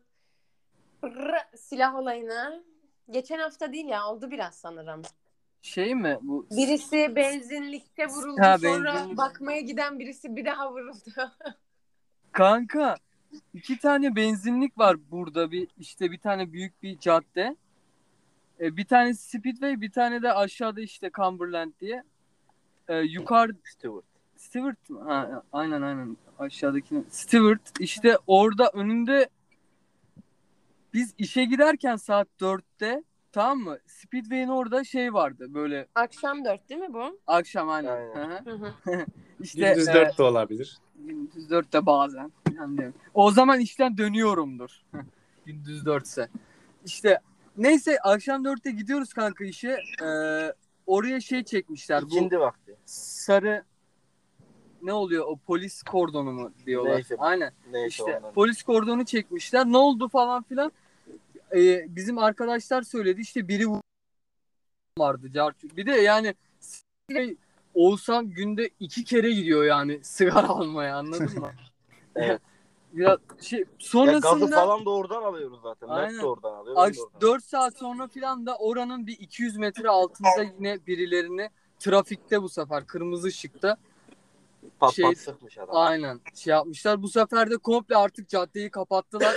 rrr silah olayını. Geçen hafta değil ya oldu biraz sanırım. Şey mi bu? Birisi benzinlikte vuruldu Ha, sonra benzinlik. bakmaya giden birisi bir daha vuruldu. Kanka iki tane benzinlik var burada bir işte bir tane büyük bir cadde. E, bir tanesi Speedway bir tane de aşağıda işte Cumberland diye. E, yukarı Stewart. Stewart mı? Ha, aynen aynen aşağıdaki Stewart işte orada önünde biz işe giderken saat dörtte tamam mı? Speedway'in orada şey vardı böyle Akşam dört değil mi bu? akşam aynen. Aynen. Hı hı. Hı hı. İşte Gündüz e, dört de olabilir. gündüz dörtte bazen. falan diyorum. O zaman işten dönüyorumdur. Gündüz dörtse. İşte neyse akşam dörtte gidiyoruz kanka işe. Ee, oraya şey çekmişler. Bu İkindi vakti. sarı ne oluyor o polis kordonu mu diyorlar. Neyse. Aynen. Neyse İşte ondan. polis kordonu çekmişler. Ne oldu falan filan. Ee, bizim arkadaşlar söyledi işte biri vur- vardı. Carçuk. Bir de yani şey, Oğuzhan günde iki kere gidiyor yani sigara almaya anladın mı? Evet. Biraz şey Ya gazı sonrasında falan da oradan alıyoruz zaten. Mert aynen. de oradan alıyor. Ben de oradan. dört saat sonra filan da oranın bir iki yüz metre altında yine birilerini trafikte bu sefer kırmızı ışıkta Pat şey pat sıkmış adam. aynen şey yapmışlar. Bu sefer de komple artık caddeyi kapattılar.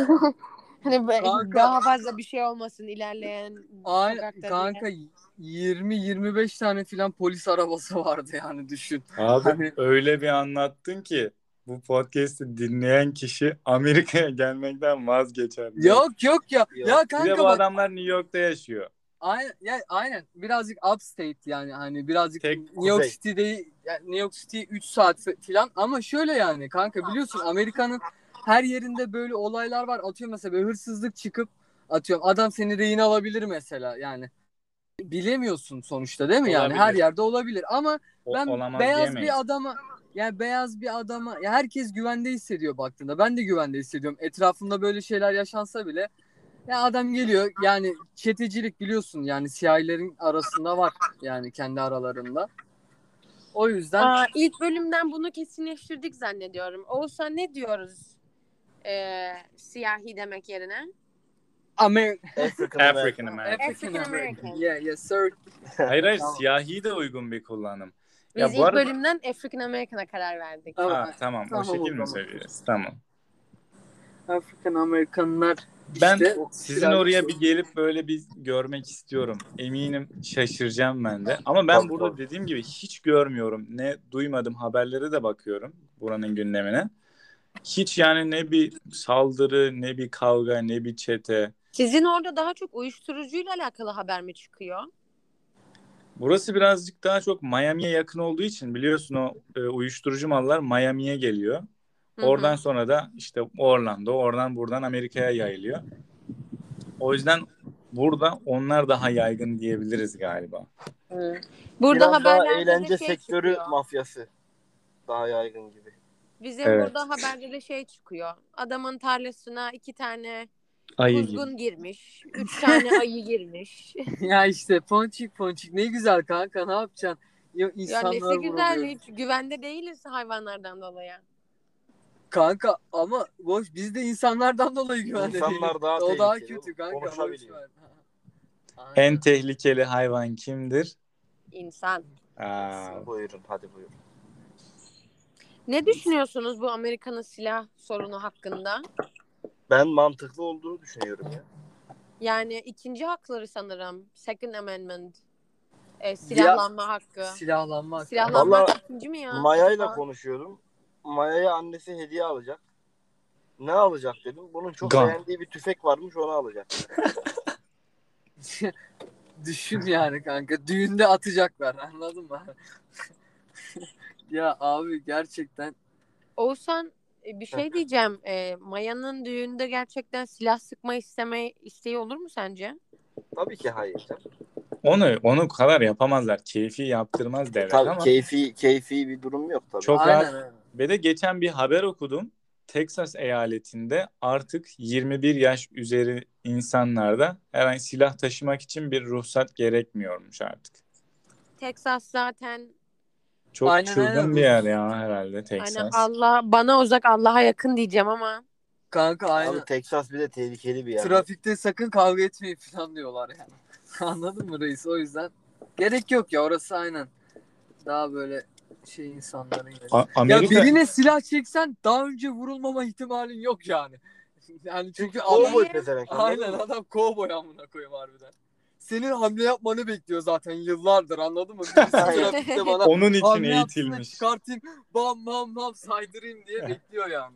Hani be- Kanka- daha fazla bir şey olmasın ilerleyen Aynen sokakta kanka diye. yirmi yirmi beş tane filan polis arabası vardı yani düşün. Abi Hani- öyle bir anlattın ki bu podcast'i dinleyen kişi Amerika'ya gelmekten vazgeçer. Yok yok ya. Yok. Ya Bir de kanka bu bak adamlar New York'ta yaşıyor. aynen ya aynen birazcık upstate yani hani birazcık Tek New York kuzey. City'de yani New York City üç saat falan ama şöyle yani kanka biliyorsun Amerika'nın her yerinde böyle olaylar var. Atıyorum mesela bir hırsızlık çıkıp atıyorum adam seni rehin alabilir mesela yani. Bilemiyorsun sonuçta değil mi yani her Olabilir. yerde olabilir ama O, ben olamaz beyaz diyemeyiz. bir adama yani beyaz bir adama ya herkes güvende hissediyor baktığında. Ben de güvende hissediyorum. Etrafımda böyle şeyler yaşansa bile ya adam geliyor yani çetecilik biliyorsun yani siyahilerin arasında var yani kendi aralarında. O yüzden Aa, ilk bölümden bunu kesinleştirdik zannediyorum. Oğuzhan ne diyoruz ee, siyahi demek yerine? American. African American. African American. African American. Yeah, yes sir. Hayır hayır, Tamam. siyahi de uygun bir kullanım. Biz Ya ilk bu arada... bölümden African American'a karar verdik. Tamam. Ha, tamam, Tamam, o şekil o mi zaman. söylüyoruz? Tamam. African Amerikanlar Ben işte sizin biraz- oraya bir gelip böyle bir görmek istiyorum. Eminim şaşıracağım ben de. Ama ben Tabii, burada tabii. dediğim gibi hiç görmüyorum. Ne duymadım, haberlere de bakıyorum buranın gündemine. Hiç yani ne bir saldırı, ne bir kavga, ne bir çete. Sizin orada daha çok uyuşturucuyla alakalı haber mi çıkıyor? Burası birazcık daha çok Miami'ye yakın olduğu için biliyorsun o e, uyuşturucu mallar Miami'ye geliyor. Hı hı. Oradan sonra da işte Orlando, oradan buradan Amerika'ya yayılıyor. O yüzden burada onlar daha yaygın diyebiliriz galiba. Hı. Burada Biraz daha haberlerde eğlence de şey sektörü çıkıyor. mafyası. Daha yaygın gibi. Bizim Evet. burada haberde de şey çıkıyor. Adamın tarlasına iki tane Ayı kuzgun girmiş. Üç tane ayı girmiş. Ya işte ponçik ponçik ne güzel kanka, ne yapacaksın? Ya Ya insanlar nesi güzel, vuruluyor. hiç güvende değiliz hayvanlardan dolayı. Kanka ama boş, biz de insanlardan dolayı güvende İnsanlar değiliz. daha O daha tehlikeli kötü oğlum, kanka. Boş konuşabiliyor. ver. Aynen. En tehlikeli hayvan kimdir? İnsan. Aa, Buyurun, hadi buyurun. Ne düşünüyorsunuz bu Amerika'nın silah sorunu hakkında? Ben mantıklı olduğunu düşünüyorum ya. Yani ikinci hakları sanırım. Second Amendment. E, silahlanma hakkı. Silahlanma hakkı. Silahlanma Vallahi ikinci mi ya? Maya'yla Acaba? konuşuyordum. Maya'ya annesi hediye alacak. Ne alacak dedim. Bunun çok Gun. beğendiği bir tüfek varmış, onu alacak. Düşün yani kanka. Düğünde atacaklar, anladın mı? Ya abi gerçekten Oğuzhan, e, bir şey diyeceğim. E, Maya'nın düğünde gerçekten silah sıkma isteme isteği olur mu sence? Tabii ki hayır. onu onu kadar yapamazlar. Keyfi yaptırmaz devlet Tabii ama keyfi keyfi bir durum yok tabii. çok aynen rahat. aynen. Ve de geçen bir haber okudum. Texas eyaletinde artık yirmi bir yaş üzeri insanlarda herhangi silah taşımak için bir ruhsat gerekmiyormuş artık. Texas zaten Çok Aynen, çılgın aynen. bir yer ya herhalde hani Texas. Allah bana uzak, Allah'a yakın diyeceğim ama Kanka aynen. Abi Texas bir de tehlikeli bir yer. Trafikte sakın kavga etmeyin falan diyorlar yani. Anladın mı reis? O yüzden gerek yok ya, orası aynen. Daha böyle şey insanların yeri. A- Ya Amerika birine silah çeksen daha önce vurulmama ihtimalin yok yani. Yani çünkü adam, Kovboy Niye? pezevenk, anladın aynen mı? adam kovboy amına koyayım harbiden. Senin hamle yapmanı bekliyor zaten yıllardır, anladın mı? Birisi trafikte bana onun için hamle yapsın da eğitilmiş. çıkartayım, bam bam bam saydırayım diye bekliyor yani.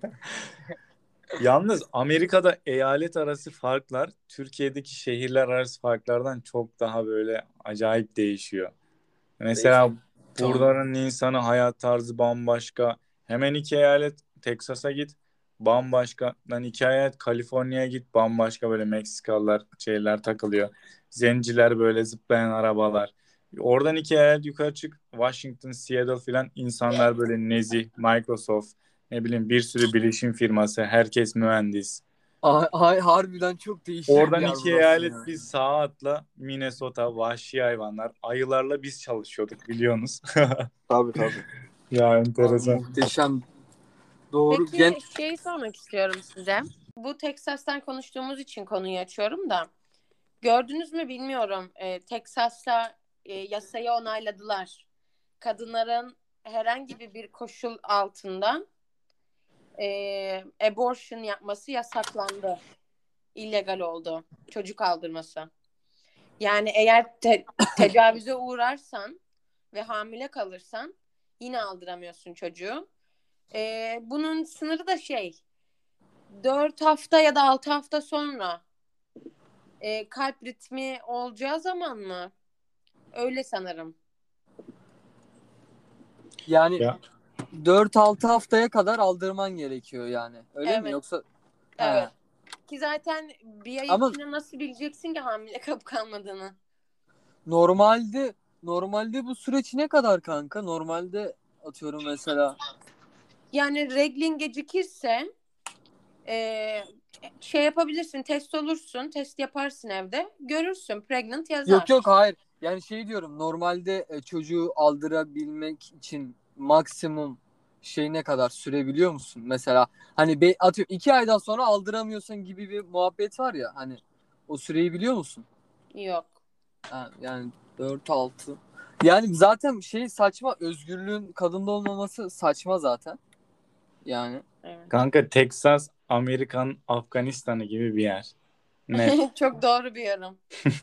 Yalnız Amerika'da eyalet arası farklar Türkiye'deki şehirler arası farklardan çok daha böyle acayip değişiyor. Mesela Tamam. buraların insanı hayat tarzı bambaşka. Hemen iki eyalet Teksas'a git bambaşka. Lan iki eyalet Kaliforniya'ya git bambaşka, böyle Meksikalılar şeyler takılıyor. Zenciler, böyle zıplayan arabalar. Oradan iki eyalet yukarı çık Washington, Seattle filan, insanlar böyle nezih, Microsoft, ne bileyim bir sürü bilişim firması, herkes mühendis. Ay, ay, harbiden çok değişik bir Oradan yer iki burası eyalet ya. bir sağa atla Minnesota, vahşi hayvanlar. Ayılarla biz çalışıyorduk biliyorsunuz. Tabii tabii. Ya Abi, enteresan. muhteşem. Doğru. Peki Gen- şey sormak istiyorum size. Bu Texas'tan konuştuğumuz için konuyu açıyorum da. Gördünüz mü bilmiyorum. Ee, Texas'ta e, yasayı onayladılar. Kadınların herhangi bir koşul altında e, abortion yapması yasaklandı. İllegal oldu. Çocuk aldırması. Yani eğer te- tecavüze uğrarsan ve hamile kalırsan yine aldıramıyorsun çocuğu. Ee, bunun sınırı da şey, dört hafta ya da altı hafta sonra e, kalp ritmi olacağı zaman mı? Öyle sanırım. yani Ya, dört altı haftaya kadar aldırman gerekiyor yani. Öyle mi? Evet. Yoksa Evet. Ha. Ki zaten bir ay Ama- içinde nasıl bileceksin ki hamile kalıp kalmadığını? Normalde normalde bu süreç ne kadar kanka? Normalde atıyorum mesela Yani reglin gecikirse e, şey yapabilirsin, test olursun, test yaparsın evde, görürsün, pregnant yazar. yok yok hayır. Yani şey diyorum, normalde e, çocuğu aldırabilmek için maksimum şey ne kadar sürebiliyor musun? Mesela hani be, atıyorum iki aydan sonra aldıramıyorsun gibi bir muhabbet var ya, hani O süreyi biliyor musun? Yok. Ha, yani dört altı. Yani zaten şey saçma, özgürlüğün kadında olmaması saçma zaten. Yani Evet. Kanka Texas Amerikan Afganistan'ı gibi bir yer. Net. Çok doğru bir yorum.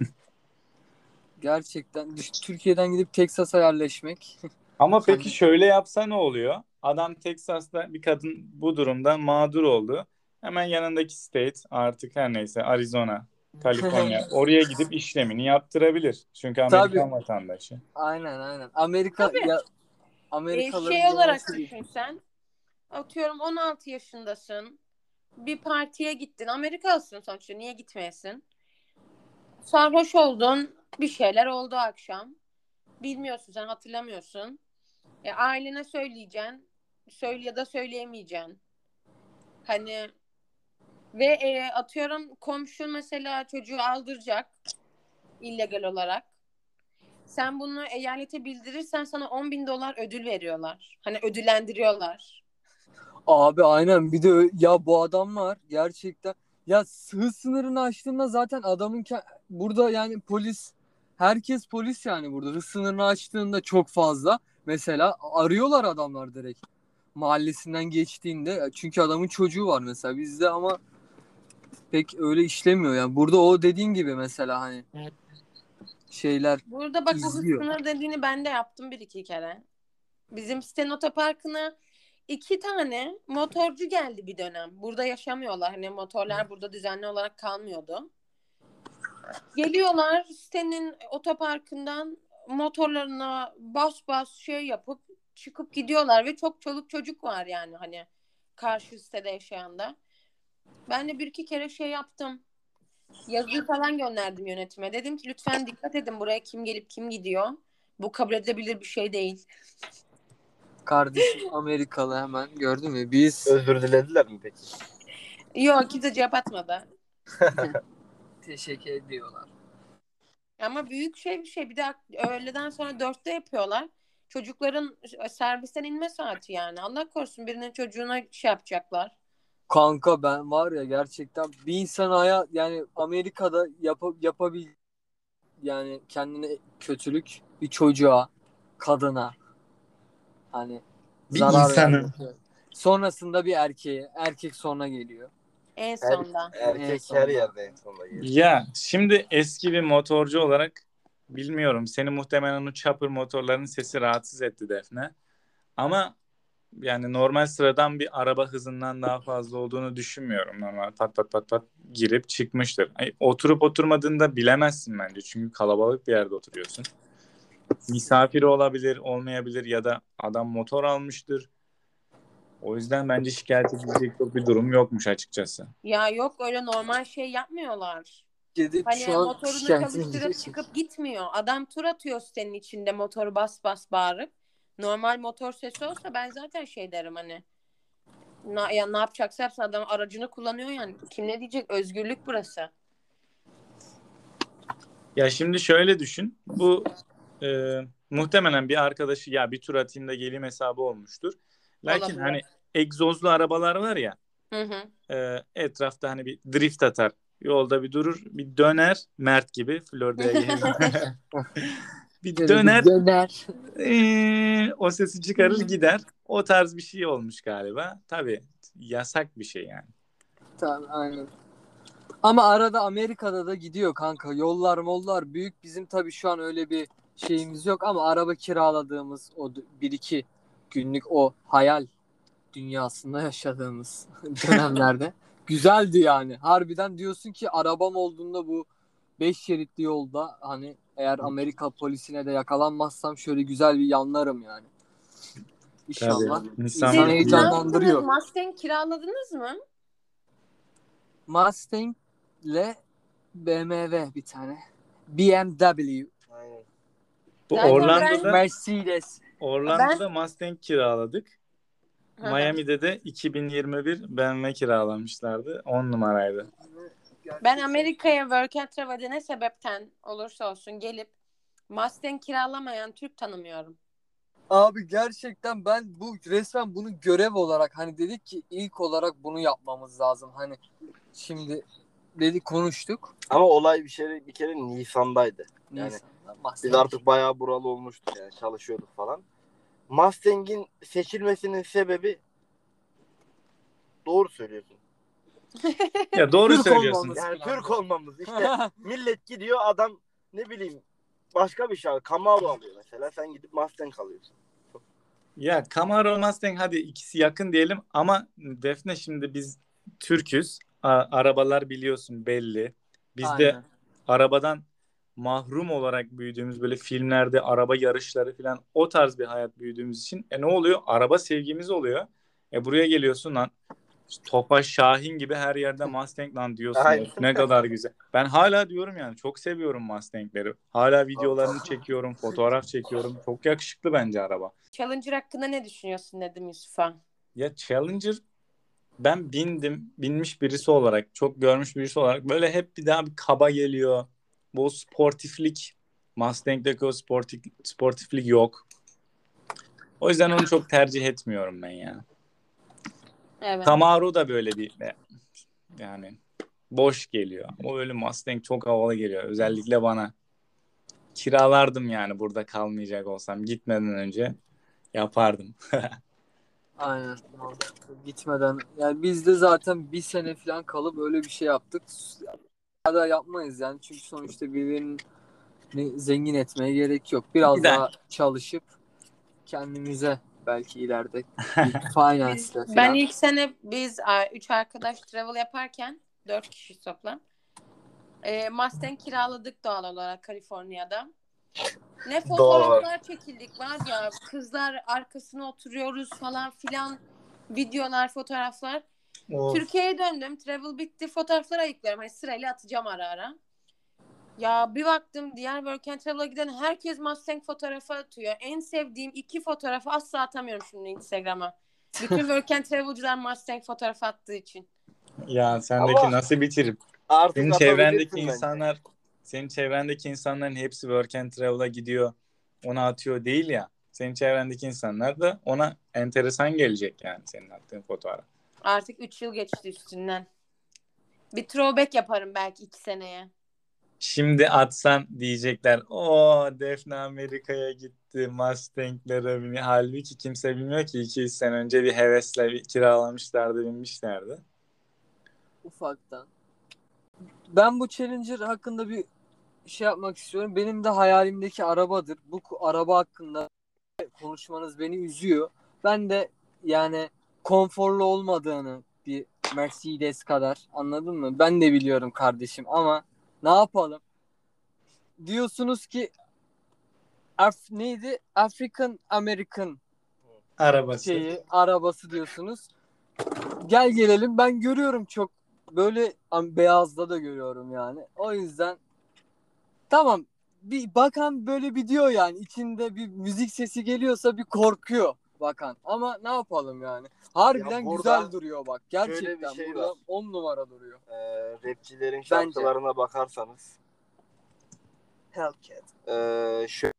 gerçekten düş- Türkiye'den gidip Teksas'a yerleşmek. Ama peki Kendi- şöyle yapsa ne oluyor? Adam Texas'ta bir kadın bu durumda mağdur oldu. Hemen yanındaki state artık her neyse Arizona, Kaliforniya oraya gidip işlemini yaptırabilir. Çünkü Tabii. Amerikan vatandaşı. Aynen aynen. Amerika ya E, Amerikalıların şey olarak genel düşün sen. Atıyorum on altı yaşındasın. Bir partiye gittin. Amerikalısın sonuçta. Niye gitmeyesin? Sarhoş oldun. Bir şeyler oldu akşam. Bilmiyorsun, sen hatırlamıyorsun. E, ailene söyleyeceksin. Söyle ya da söyleyemeyeceksin. Hani ve e, atıyorum komşun mesela çocuğu aldıracak illegal olarak. Sen bunu eyalete bildirirsen sana on bin dolar ödül veriyorlar. Hani ödüllendiriyorlar. Abi aynen, bir de ö- ya bu adam var gerçekten, ya hız sınırını aştığında zaten adamın ke- burada yani polis, herkes polis yani, burada hız sınırını aştığında çok fazla mesela arıyorlar adamlar direkt mahallesinden geçtiğinde, çünkü adamın çocuğu var mesela bizde, ama pek öyle işlemiyor yani burada. O dediğin gibi mesela hani şeyler Burada bak, bu hız izliyor. sınırı dediğini ben de yaptım bir iki kere. Bizim sitenin otoparkına iki tane motorcu geldi bir dönem. Burada yaşamıyorlar. Hani motorlar burada düzenli olarak kalmıyordu. Geliyorlar sitenin otoparkından motorlarına bas bas şey yapıp çıkıp gidiyorlar ve çok çoluk çocuk var yani hani karşı sitede yaşayan da. Ben de bir iki kere şey yaptım. Yazı falan gönderdim yönetime. Dedim ki lütfen dikkat edin, buraya kim gelip kim gidiyor. Bu kabul edilebilir bir şey değil. Kardeşim Amerikalı, hemen gördün mü biz Özür dilediler mi peki? Yok, kimse cevap atmadı. teşekkür ediyorlar. Ama büyük şey bir şey. Bir de öğleden sonra dörtte yapıyorlar. Çocukların servisten inme saati yani. Allah korusun birinin çocuğuna şey yapacaklar. Kanka ben var ya, gerçekten bir insan hayat yani Amerika'da yap yapabil yani kendine kötülük bir çocuğa, kadına hani Bir zarar insanın. vermek. Sonrasında bir erkeğe, erkek sonra geliyor. En Er, sonda. En erkek her sonunda. yerde en sonunda geliyor. Ya şimdi eski bir motorcu olarak bilmiyorum. Seni muhtemelen o chopper motorlarının sesi rahatsız etti Defne. Ama yani normal sıradan bir araba hızından daha fazla olduğunu düşünmüyorum. Normal pat pat pat pat girip çıkmıştır. Ay, oturup oturmadığını da bilemezsin bence. Çünkü kalabalık bir yerde oturuyorsun. Misafiri olabilir, olmayabilir ya da adam motor almıştır. O yüzden bence şikayet edilecek çok bir durum yokmuş açıkçası. Ya yok, öyle normal şey yapmıyorlar. Gidip şu Hani an motorunu şikayetini çalıştırıp edecek. çıkıp gitmiyor. Adam tur atıyor sitenin içinde motoru bas bas bağırıp. Normal motor sesi olsa ben zaten şey derim hani. Na, ya ne yapacaksa yapsın, adam aracını kullanıyor yani. Kim ne diyecek? Özgürlük burası. Ya şimdi şöyle düşün. Bu e, muhtemelen bir arkadaşı ya bir tur atayım da geleyim hesabı olmuştur. Lakin Olabilir. hani egzozlu arabalar var ya, Hı hı. e, etrafta hani bir drift atar. Yolda bir durur, bir döner Mert gibi Florida'ya gelir. Bir Şöyle döner, bir döner. e, o sesi çıkarır gider. O tarz bir şey olmuş galiba. Tabii yasak bir şey yani. Tamam, aynen. Ama arada Amerika'da da gidiyor kanka. Yollar mollar büyük. Bizim tabii şu an öyle bir şeyimiz yok, ama araba kiraladığımız o d- bir iki günlük o hayal dünyasında yaşadığımız dönemlerde güzeldi yani. Harbiden diyorsun ki arabam olduğunda bu beş şeritli yolda, hani eğer Amerika polisine de yakalanmazsam şöyle güzel bir yanlarım yani. İnşallah. Tabii. Siz İnsan İnsanı ne mutluluğu. heyecanlandırıyor. yaptınız? Mustang kiraladınız mı? Mustang ile B M W bir tane. B M W. Aynen. Bu Zaten Orlando'da Mercedes. Orlando'da Mustang kiraladık. Hı hı. Miami'de de iki bin yirmi bir B M W kiralamışlardı. on numaraydı. Ben Amerika'ya work and travel'de ne sebepten olursa olsun gelip Mustang kiralamayan Türk tanımıyorum. Abi gerçekten ben bu resmen bunu görev olarak, hani dedik ki ilk olarak bunu yapmamız lazım. Hani şimdi dedik konuştuk. Ama olay bir şey bir kere Nisan'daydı. Yani Nisan'da biz artık bayağı buralı olmuştuk yani çalışıyorduk falan. Mustang'in seçilmesinin sebebi doğru söylüyorsun. Ya doğru Türk söylüyorsun. olmamız. Yani falan Türk da. olmamız. İşte millet gidiyor adam ne bileyim başka bir şey Camaro alıyor mesela. Sen gidip Mustang alıyorsun. Ya Camaro Mustang hadi ikisi yakın diyelim ama Defne şimdi biz Türküz. A- arabalar biliyorsun belli. Biz de Aynen. arabadan mahrum olarak büyüdüğümüz böyle filmlerde araba yarışları falan o tarz bir hayat büyüdüğümüz için e ne oluyor? Araba sevgimiz oluyor. E buraya geliyorsun lan Tofaş Şahin gibi her yerde Mustang lan diyorsun. Aynen. Of, ne kadar güzel. Ben hala diyorum yani çok seviyorum Mustang'leri. Hala videolarını çekiyorum, fotoğraf çekiyorum. Çok yakışıklı bence araba. Challenger hakkında ne düşünüyorsun dedim Yusuf'a. Ya Challenger ben bindim, binmiş birisi olarak, çok görmüş birisi olarak böyle hep bir daha bir kaba geliyor. Bu sportiflik, Mustang'deki o sportif, sportiflik yok. O yüzden onu çok tercih etmiyorum ben ya. Evet. Camaro da böyle değil. Yani boş geliyor. Ama öyle Mustang çok havalı geliyor. Özellikle bana. Kiralardım yani burada kalmayacak olsam. Gitmeden önce yapardım. Aynen. Mantıklı. Gitmeden. Yani biz de zaten bir sene falan kalıp öyle bir şey yaptık. Ya da yapmayız yani. Çünkü sonuçta birbirini zengin etmeye gerek yok. Biraz Gider. daha çalışıp kendimize belki ileride bir finance'le Biz, falan. ben ilk sene biz a, üç arkadaş travel yaparken dört kişi toplam. E, Mustang kiraladık doğal olarak Kaliforniya'da. Ne fotoğraflar çekildik var ya kızlar arkasına oturuyoruz falan filan videolar fotoğraflar. Of. Türkiye'ye döndüm travel bitti fotoğrafları ayıklıyorum hani sırayla atacağım ara ara. Ya bir baktım diğer Work and Travel'a giden herkes Mustang fotoğrafı atıyor. En sevdiğim iki fotoğrafı asla atamıyorum şimdi Instagram'a. Bütün Work and Travel'cılar Mustang fotoğrafı attığı için. Ya sendeki Ama nasıl bitirip? artık Senin atabilirsin çevrendeki bence. insanlar, senin çevrendeki insanların hepsi Work and Travel'a gidiyor. Ona atıyor değil ya. Senin çevrendeki insanlar da ona enteresan gelecek yani senin attığın fotoğraf. Artık üç yıl geçti üstünden. Bir throwback yaparım belki iki seneye. Şimdi atsan diyecekler o Defne Amerika'ya gitti Mustang'lere biniyor. Halbuki kimse bilmiyor ki iki üç sene önce bir hevesle bir kiralamışlardı binmişlerdi. Ufaktan. Ben bu Challenger hakkında bir şey yapmak istiyorum. Benim de hayalimdeki arabadır. Bu araba hakkında konuşmanız beni üzüyor. Ben de yani konforlu olmadığını bir Mercedes kadar anladın mı? Ben de biliyorum kardeşim ama ne yapalım? Diyorsunuz ki Af neydi? African American Arabası. şeyi arabası diyorsunuz. Gel gelelim ben görüyorum çok böyle beyazda da görüyorum yani. O yüzden tamam bir bakan böyle bir diyor yani içinde bir müzik sesi geliyorsa bir korkuyor bakan. Ama ne yapalım yani? Harbiden Ya burada güzel duruyor bak. şöyle bir Gerçekten şey burada var. on numara duruyor. Ee, rapçilerin şarkılarına bakarsanız Hellcat. ee, şöyle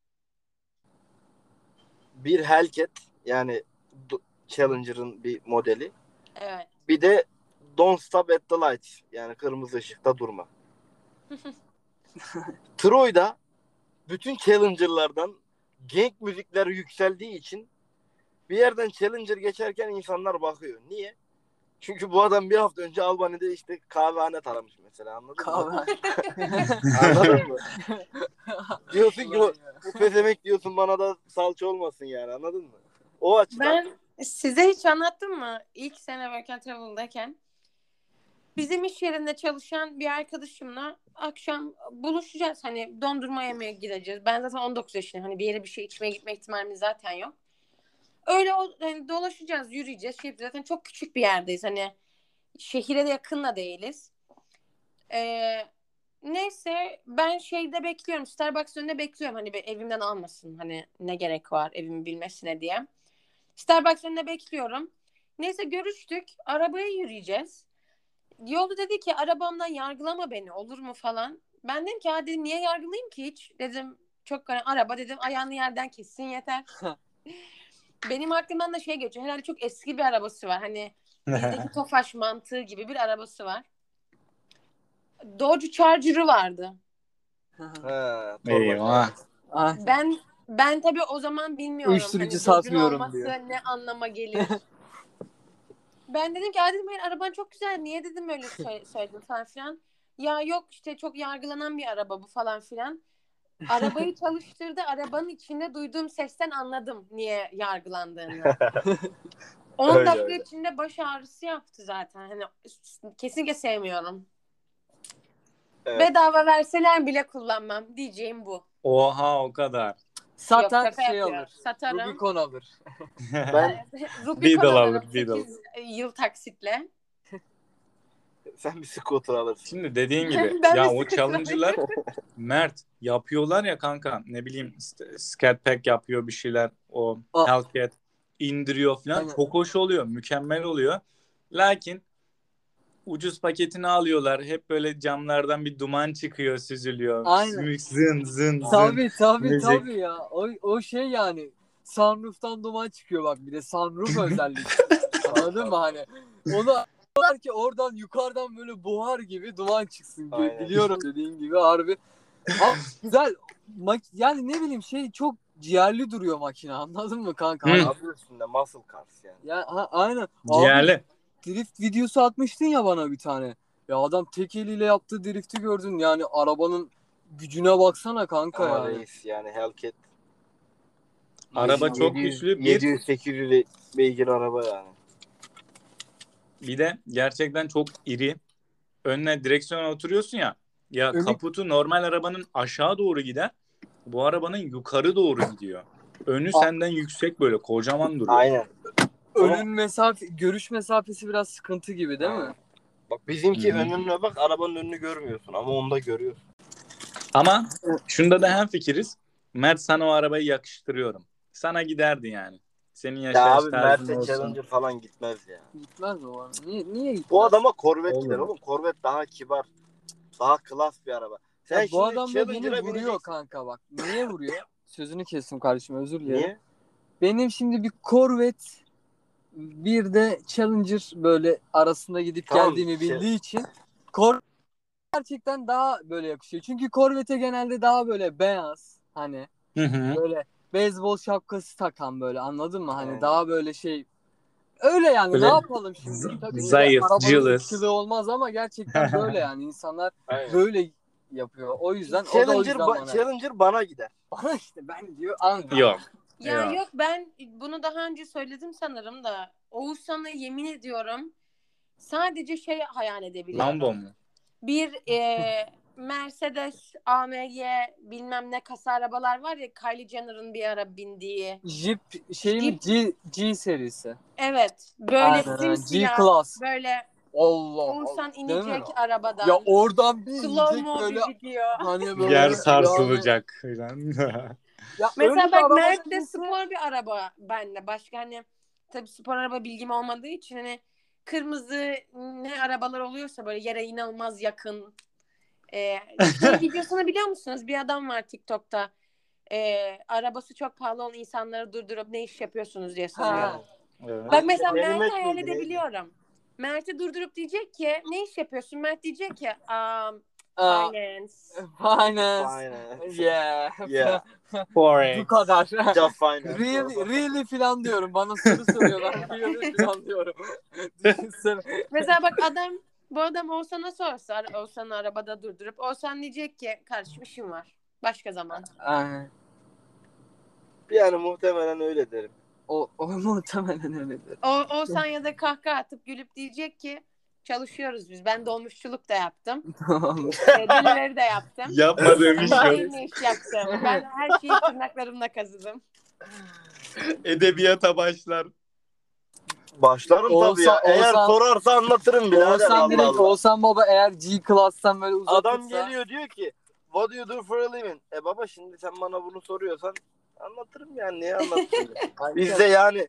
bir Hellcat yani Challenger'ın bir modeli. Evet. Bir de Don't Stop at the Light yani kırmızı ışıkta durma. Troy'da bütün Challenger'lardan gang müzikler yükseldiği için bir yerden Challenger geçerken insanlar bakıyor. Niye? Çünkü bu adam bir hafta önce Albanya'da işte kahvehane taramış mesela anladın Kahve. mı? Anladın mı? Diyorsun ki bu, bu pezemek diyorsun bana da salça olmasın yani anladın mı? O açıdan. Ben size hiç anlattım mı? İlk sene Work and Travel'dayken bizim iş yerinde çalışan bir arkadaşımla akşam buluşacağız. Hani dondurma yemeye gideceğiz. Ben zaten on dokuz yaşındayım. Hani bir yere bir şey içmeye gitme ihtimalimiz zaten yok. Öyle o, hani dolaşacağız, yürüyeceğiz. Şey, zaten çok küçük bir yerdeyiz. Hani şehire de yakın da değiliz. Ee, neyse ben şeyde bekliyorum. Starbucks önünde bekliyorum. Hani evimden almasın. Hani ne gerek var evimi bilmesine diye. Starbucks önünde bekliyorum. Neyse görüştük. Arabaya yürüyeceğiz. Yolda dedi ki arabamdan yargılama beni olur mu falan. Ben dedim ki hadi niye yargılayayım ki hiç? Dedim çok hani araba dedim ayağını yerden kessin yeter. Benim aklımdan da şey geçiyor. Herhalde çok eski bir arabası var. Hani bizdeki Tofaş mantığı gibi bir arabası var. Dodge Charger'ı vardı. He, Eyvah. Ah, Ben ben tabii o zaman bilmiyorum. Uyuşturucu hani satmıyorum olması diyor. ne anlama gelir. Ben dedim ki, "Aa," dedim, "hayır, araban çok güzel. Niye," dedim, "öyle sö- söyledin falan filan." Ya yok işte, çok yargılanan bir araba bu falan filan. Arabayı çalıştırdı. Arabanın içinde duyduğum sesten anladım niye yargılandığını. on Öyle, dakika öyle. içinde baş ağrısı yaptı zaten. Hani kesinlikle sevmiyorum. Evet. Bedava verseler bile kullanmam. Diyeceğim bu. Oha, o kadar. Satan Yok, şaka şey yapıyor. alır. Satarım. Rubicon alır. Ben Rubicon Beetle alırım alır, Beetle. sekiz yıl taksitle. sen bir scooter alırsın. Şimdi dediğin gibi Ben ya bir o sıkıntı challenge'lar Mert yapıyorlar ya kanka, ne bileyim işte scat pack yapıyor bir şeyler, o Aa. Hellcat indiriyor falan, Aynen. çok hoş oluyor, mükemmel oluyor. Lakin ucuz paketini alıyorlar, hep böyle camlardan bir duman çıkıyor, süzülüyor. Aynen. Zın zın zın. Tabii tabii Müzik. tabii ya. O, o şey yani. Sunroof'tan duman çıkıyor bak, bir de sunroof özellikle. Anladın mı hani? Onu var ki oradan yukarıdan böyle buhar gibi duman çıksın. Gö- Aynen. Biliyorum dediğin gibi harbi. Ama güzel. Mak- yani ne bileyim şey, çok ciğerli duruyor makine, anladın mı kanka? Hı. Hani- Adı üstünde muscle cars yani. ya ha, aynen. Abi Ciğerli. drift videosu atmıştın ya bana bir tane. Ya adam tek eliyle yaptığı drifti gördün, yani arabanın gücüne baksana kanka Ama yani. reis yani Hellcat. Araba yedi yüz- çok güçlü. Bir, yedi yüz sekiz yüz beygir araba yani. bir de gerçekten çok iri. Önüne, direksiyona oturuyorsun ya. Ya Önü- kaputu normal arabanın aşağı doğru gider. Bu arabanın yukarı doğru gidiyor. Önü A- senden yüksek, böyle kocaman duruyor. Aynen. Önün mesafe, görüş mesafesi biraz sıkıntı gibi değil mi? Aynen. Bak bizimki Hı hı. önüne bak, arabanın önünü görmüyorsun ama onda görüyorsun. Ama şunda da hemfikiriz. Mert, sana o arabayı yakıştırıyorum. Sana giderdi yani. Senin Ya yaşayış abi tarzın Mercedes olsun. Challenger falan gitmez ya. Gitmez mi o bana? Niye, niye gitmez? Bu adama Corvette Olur gider mu? oğlum. Corvette daha kibar, daha klas bir araba. Sen Ya bu şimdi adam da beni Challenger'a vuruyor bineceksin. kanka bak. Niye vuruyor? Sözünü kestim kardeşim, özür dilerim. Niye? Benim şimdi bir Corvette, bir de Challenger böyle arasında gidip Tamam, geldiğimi şey- bildiği için Corvette gerçekten daha böyle yakışıyor. Çünkü Corvette'e genelde daha böyle beyaz, hani Hı hı. böyle beyzbol şapkası takan, böyle anladın mı? Hani Aynen. daha böyle şey, öyle yani, Böyle ne yapalım şimdi? z- Tabii ki de zayıf, arabanın cılız. ırkçılığı olmaz ama gerçekten böyle yani, insanlar Aynen. böyle yapıyor. O yüzden o da o Challenger, yüzden ba- bana. Challenger bana gider. Bana işte, ben diyor anladım. Yok. Ya Ya. yok, ben bunu daha önce söyledim sanırım da, Oğuzhan'a yemin ediyorum sadece şey hayal edebiliyorum. Lambo mu? Bir e, Mercedes A M G bilmem ne kasa arabalar var ya, Kylie Jenner'ın bir ara bindiği. Jeep şey mi? G, G serisi. Evet, böyle Aynen, aynen. simsiyah, G-Class. böyle Allah Oğuzhan Allah. Değil mi? inecek arabadan. Ya oradan bir Slow inecek mo böyle, bir gidiyor. hani böyle Yer yani- sarsılacak falan. Ya öyle Mesela bir bak, araba Mert de binse- spor bir araba benle. Başka hani tabii spor araba bilgim olmadığı için hani kırmızı ne arabalar oluyorsa böyle yere inanılmaz yakın. Ee, şey videosunu biliyor musunuz? Bir adam var TikTok'ta. Ee, arabası çok pahalı olan insanları durdurup ne iş yapıyorsunuz diye soruyor. Ha. Evet. Bak mesela Deli Mert'i Mac hayal miydi, neydi? edebiliyorum. Mert'i durdurup diyecek ki ne iş yapıyorsun? Mert diyecek ki um, Aa, finance. Finance. Finance. Yeah. Yeah. Bu Forex. kadar. Just finance. really, really falan diyorum. Bana soru soruyor. Ben really falan diyorum. Düşünsene. Mesela bak, adam bu adam Oğuzhan'a sorsa, Oğuzhan'ı arabada durdurup, Oğuzhan diyecek ki kardeşim işim var. Başka zaman. Aynen. Yani muhtemelen öyle derim. O, o muhtemelen öyledir. O, Oğuzhan ya da kahkaha atıp gülüp diyecek ki çalışıyoruz biz. Ben dolmuşçuluk da yaptım. e, delivery de yaptım. Yapmadığım iş yok. Ben ne iş yaptım? Ben her şeyi tırnaklarımla kazıdım. Edebiyata başlar. Başlarım tabii Oğuzhan- ya. Eğer Oğuzhan- sorarsa anlatırım birader. Oğuzhan Allah direkt, Allah. Oğuzhan baba eğer G-Class'tan böyle uzatırsa. Adam geliyor diyor ki what do you do for a living? E baba, şimdi sen bana bunu soruyorsan anlatırım yani, niye anlatayım? Biz de yani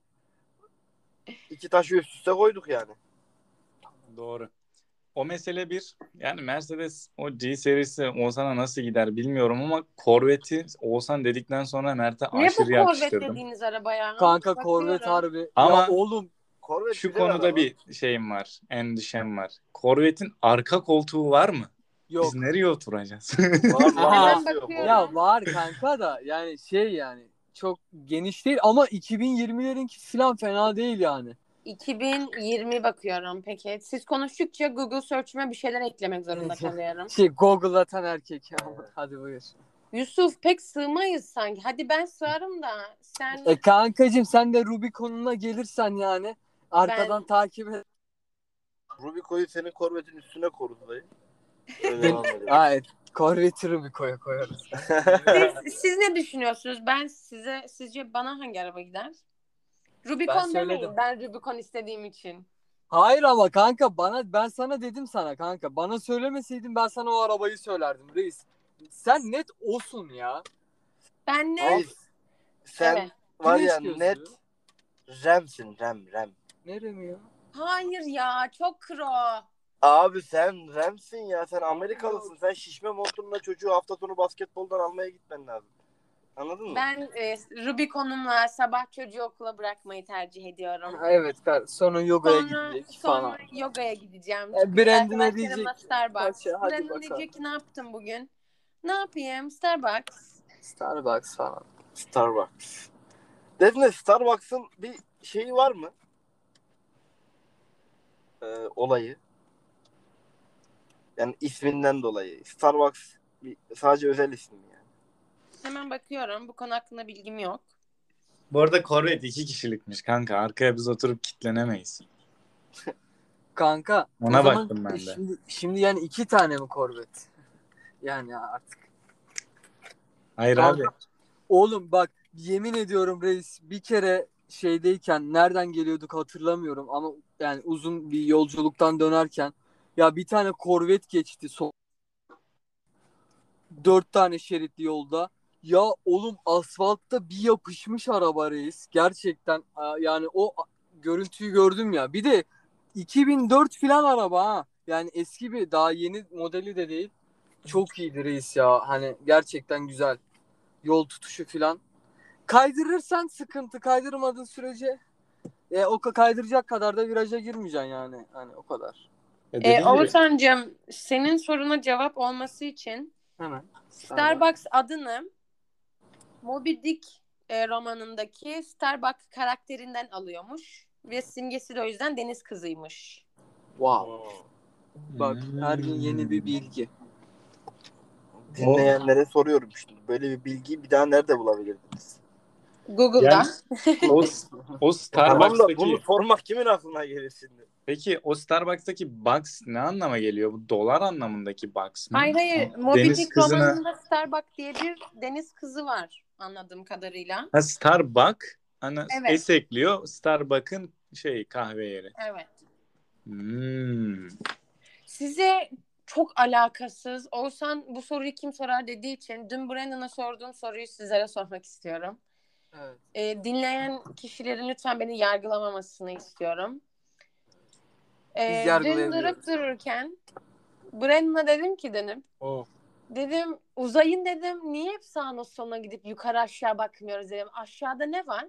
iki taşı üst üste koyduk yani. Doğru. O mesele bir. Yani Mercedes o G serisi Oğuzhan'a nasıl gider bilmiyorum ama Corvette'i Oğuzhan dedikten sonra Mert'e Ne bu aşırı Corvette yakıştırdım. dediğiniz araba ya? Kanka Bakıyorum. Corvette harbi. Ama- ya oğlum Corvette Şu güzel konuda araba. bir şeyim var, endişem var. Corvette'in arka koltuğu var mı? Yok. Biz nereye oturacağız? Var var. Aha. Nasıl yok? Bakıyorum. Ya var kanka da yani şey yani çok geniş değil ama iki bin yirmilerinki falan fena değil yani. iki bin yirmi bakıyorum peki. Siz konuştukça Google Search'üme bir şeyler eklemek zorunda kalıyorum. Şey Google'latan erkek. Hadi buyur. Yusuf pek sığmayız sanki. Hadi ben sığarım da sen E kankacığım sen de Rubicon'una gelirsen yani arkadan Ben- takip et. Rubiko'yu senin korvetin üstüne korudu dayı. Öyle devam edelim. Evet. Corvette Rubico'ya koyarız. siz, siz ne düşünüyorsunuz? Ben size sizce bana hangi araba gider? Rubicon Ben demeyin. söyledim. Ben Rubicon istediğim için. Hayır ama kanka bana ben sana dedim sana kanka. Bana söylemeseydin ben sana o arabayı söylerdim reis. Sen net olsun ya. Ben ne? Reis, sen Evet. var Güneş ya gözlü. net Rem'sin Rem Rem. Nereye ya? Hayır ya çok kro. Abi sen Rem'sin ya. Sen Amerikalısın. Sen şişme montunla çocuğu hafta sonu basketboldan almaya gitmen lazım. Anladın mı? Ben e, Rubicon'umla sabah çocuğu okula bırakmayı tercih ediyorum. Evet kar- sonra yogaya Sonra, gidecek sonra falan. yogaya gideceğim. E, Çıkıp Brandon'a arkadaşlarımla diyecek, Starbucks. "Paşa, hadi Brandon bakalım." diyecek ki ne yaptın bugün? Ne yapayım? Starbucks. Starbucks falan. Starbucks. Defne, Starbucks'ın bir şeyi var mı? Ee, olayı. Yani isminden dolayı. Starbucks bir, sadece özel isim mi yani? Hemen bakıyorum. Bu konu hakkında bilgim yok. Bu arada Corvette iki kişilikmiş kanka. Arkaya biz oturup kitlenemeyiz. Kanka Ona o zaman baktım ben de. Şimdi, şimdi yani iki tane mi Corvette? Yani artık. Hayır Kanka, abi. Oğlum bak yemin ediyorum reis bir kere şeydeyken nereden geliyorduk hatırlamıyorum ama yani uzun bir yolculuktan dönerken ya bir tane Corvette geçti sol dört tane şeritli yolda. Ya oğlum asfaltta bir yapışmış araba reis. Gerçekten a, yani o a- görüntüyü gördüm ya. Bir de iki bin dört filan araba ha. Yani eski bir daha yeni modeli de değil. Çok iyiydi reis ya. Hani gerçekten güzel. Yol tutuşu filan. Kaydırırsan sıkıntı. Kaydırmadığın sürece e, o ka- kaydıracak kadar da viraja girmeyeceksin yani. Hani o kadar. E Ee, dediğim gibi. Oğuzhan'cığım senin soruna cevap olması için Hemen. Starbucks adını Moby Dick e, romanındaki Starbucks karakterinden alıyormuş. Ve simgesi de o yüzden deniz kızıymış. Wow. Bak her gün yeni bir Hmm. bilgi. Dinleyenlere soruyorum işte. Böyle bir bilgiyi bir daha nerede bulabilirdiniz? Google'da. Yani o, o Tamam da Starbucks'taki bunu sormak kimin aklına gelir şimdi? peki o Starbucks'taki box ne anlama geliyor? Bu dolar anlamındaki box mı? Hayır hayır. Moby Deniz Dick kızına romanında Starbucks diye bir deniz kızı var anladığım kadarıyla. ha, Starbucks ana Evet. es ekliyor. Starbucks'ın şey kahve yeri. Evet. Hmm. Size çok alakasız. Oğuzhan bu soruyu kim sorar dediği için dün Brandon'a sorduğum soruyu sizlere sormak istiyorum. Evet. Ee, dinleyen kişilerin lütfen beni yargılamamasını istiyorum. Ee, Biz dün yargılayabiliyoruz. durup dururken Brandon'a dedim ki dönüp Oh. dedim uzayın dedim niye hep sağına soluna gidip yukarı aşağı bakmıyoruz dedim. Aşağıda ne var?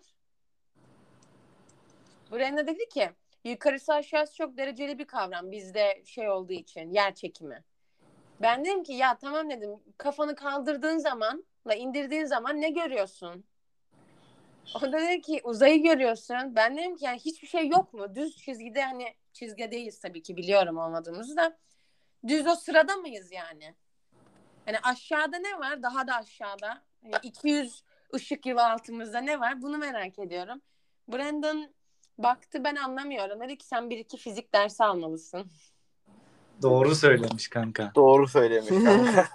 Brandon dedi ki yukarısı aşağısı çok dereceli bir kavram bizde şey olduğu için yer çekimi. Ben dedim ki ya tamam dedim kafanı kaldırdığın zamanla indirdiğin zaman ne görüyorsun? O da dedi ki uzayı görüyorsun. Ben dedim ki yani hiçbir şey yok mu? Düz çizgide hani çizgideyiz tabii ki biliyorum olmadığımızı da. Düz o sırada mıyız yani? Hani aşağıda ne var? Daha da aşağıda. Hani iki yüz ışık yılı altımızda ne var? Bunu merak ediyorum. Brandon baktı ben anlamıyorum. Dedi ki sen bir iki fizik dersi almalısın. Doğru söylemiş kanka. Doğru söylemiş kanka.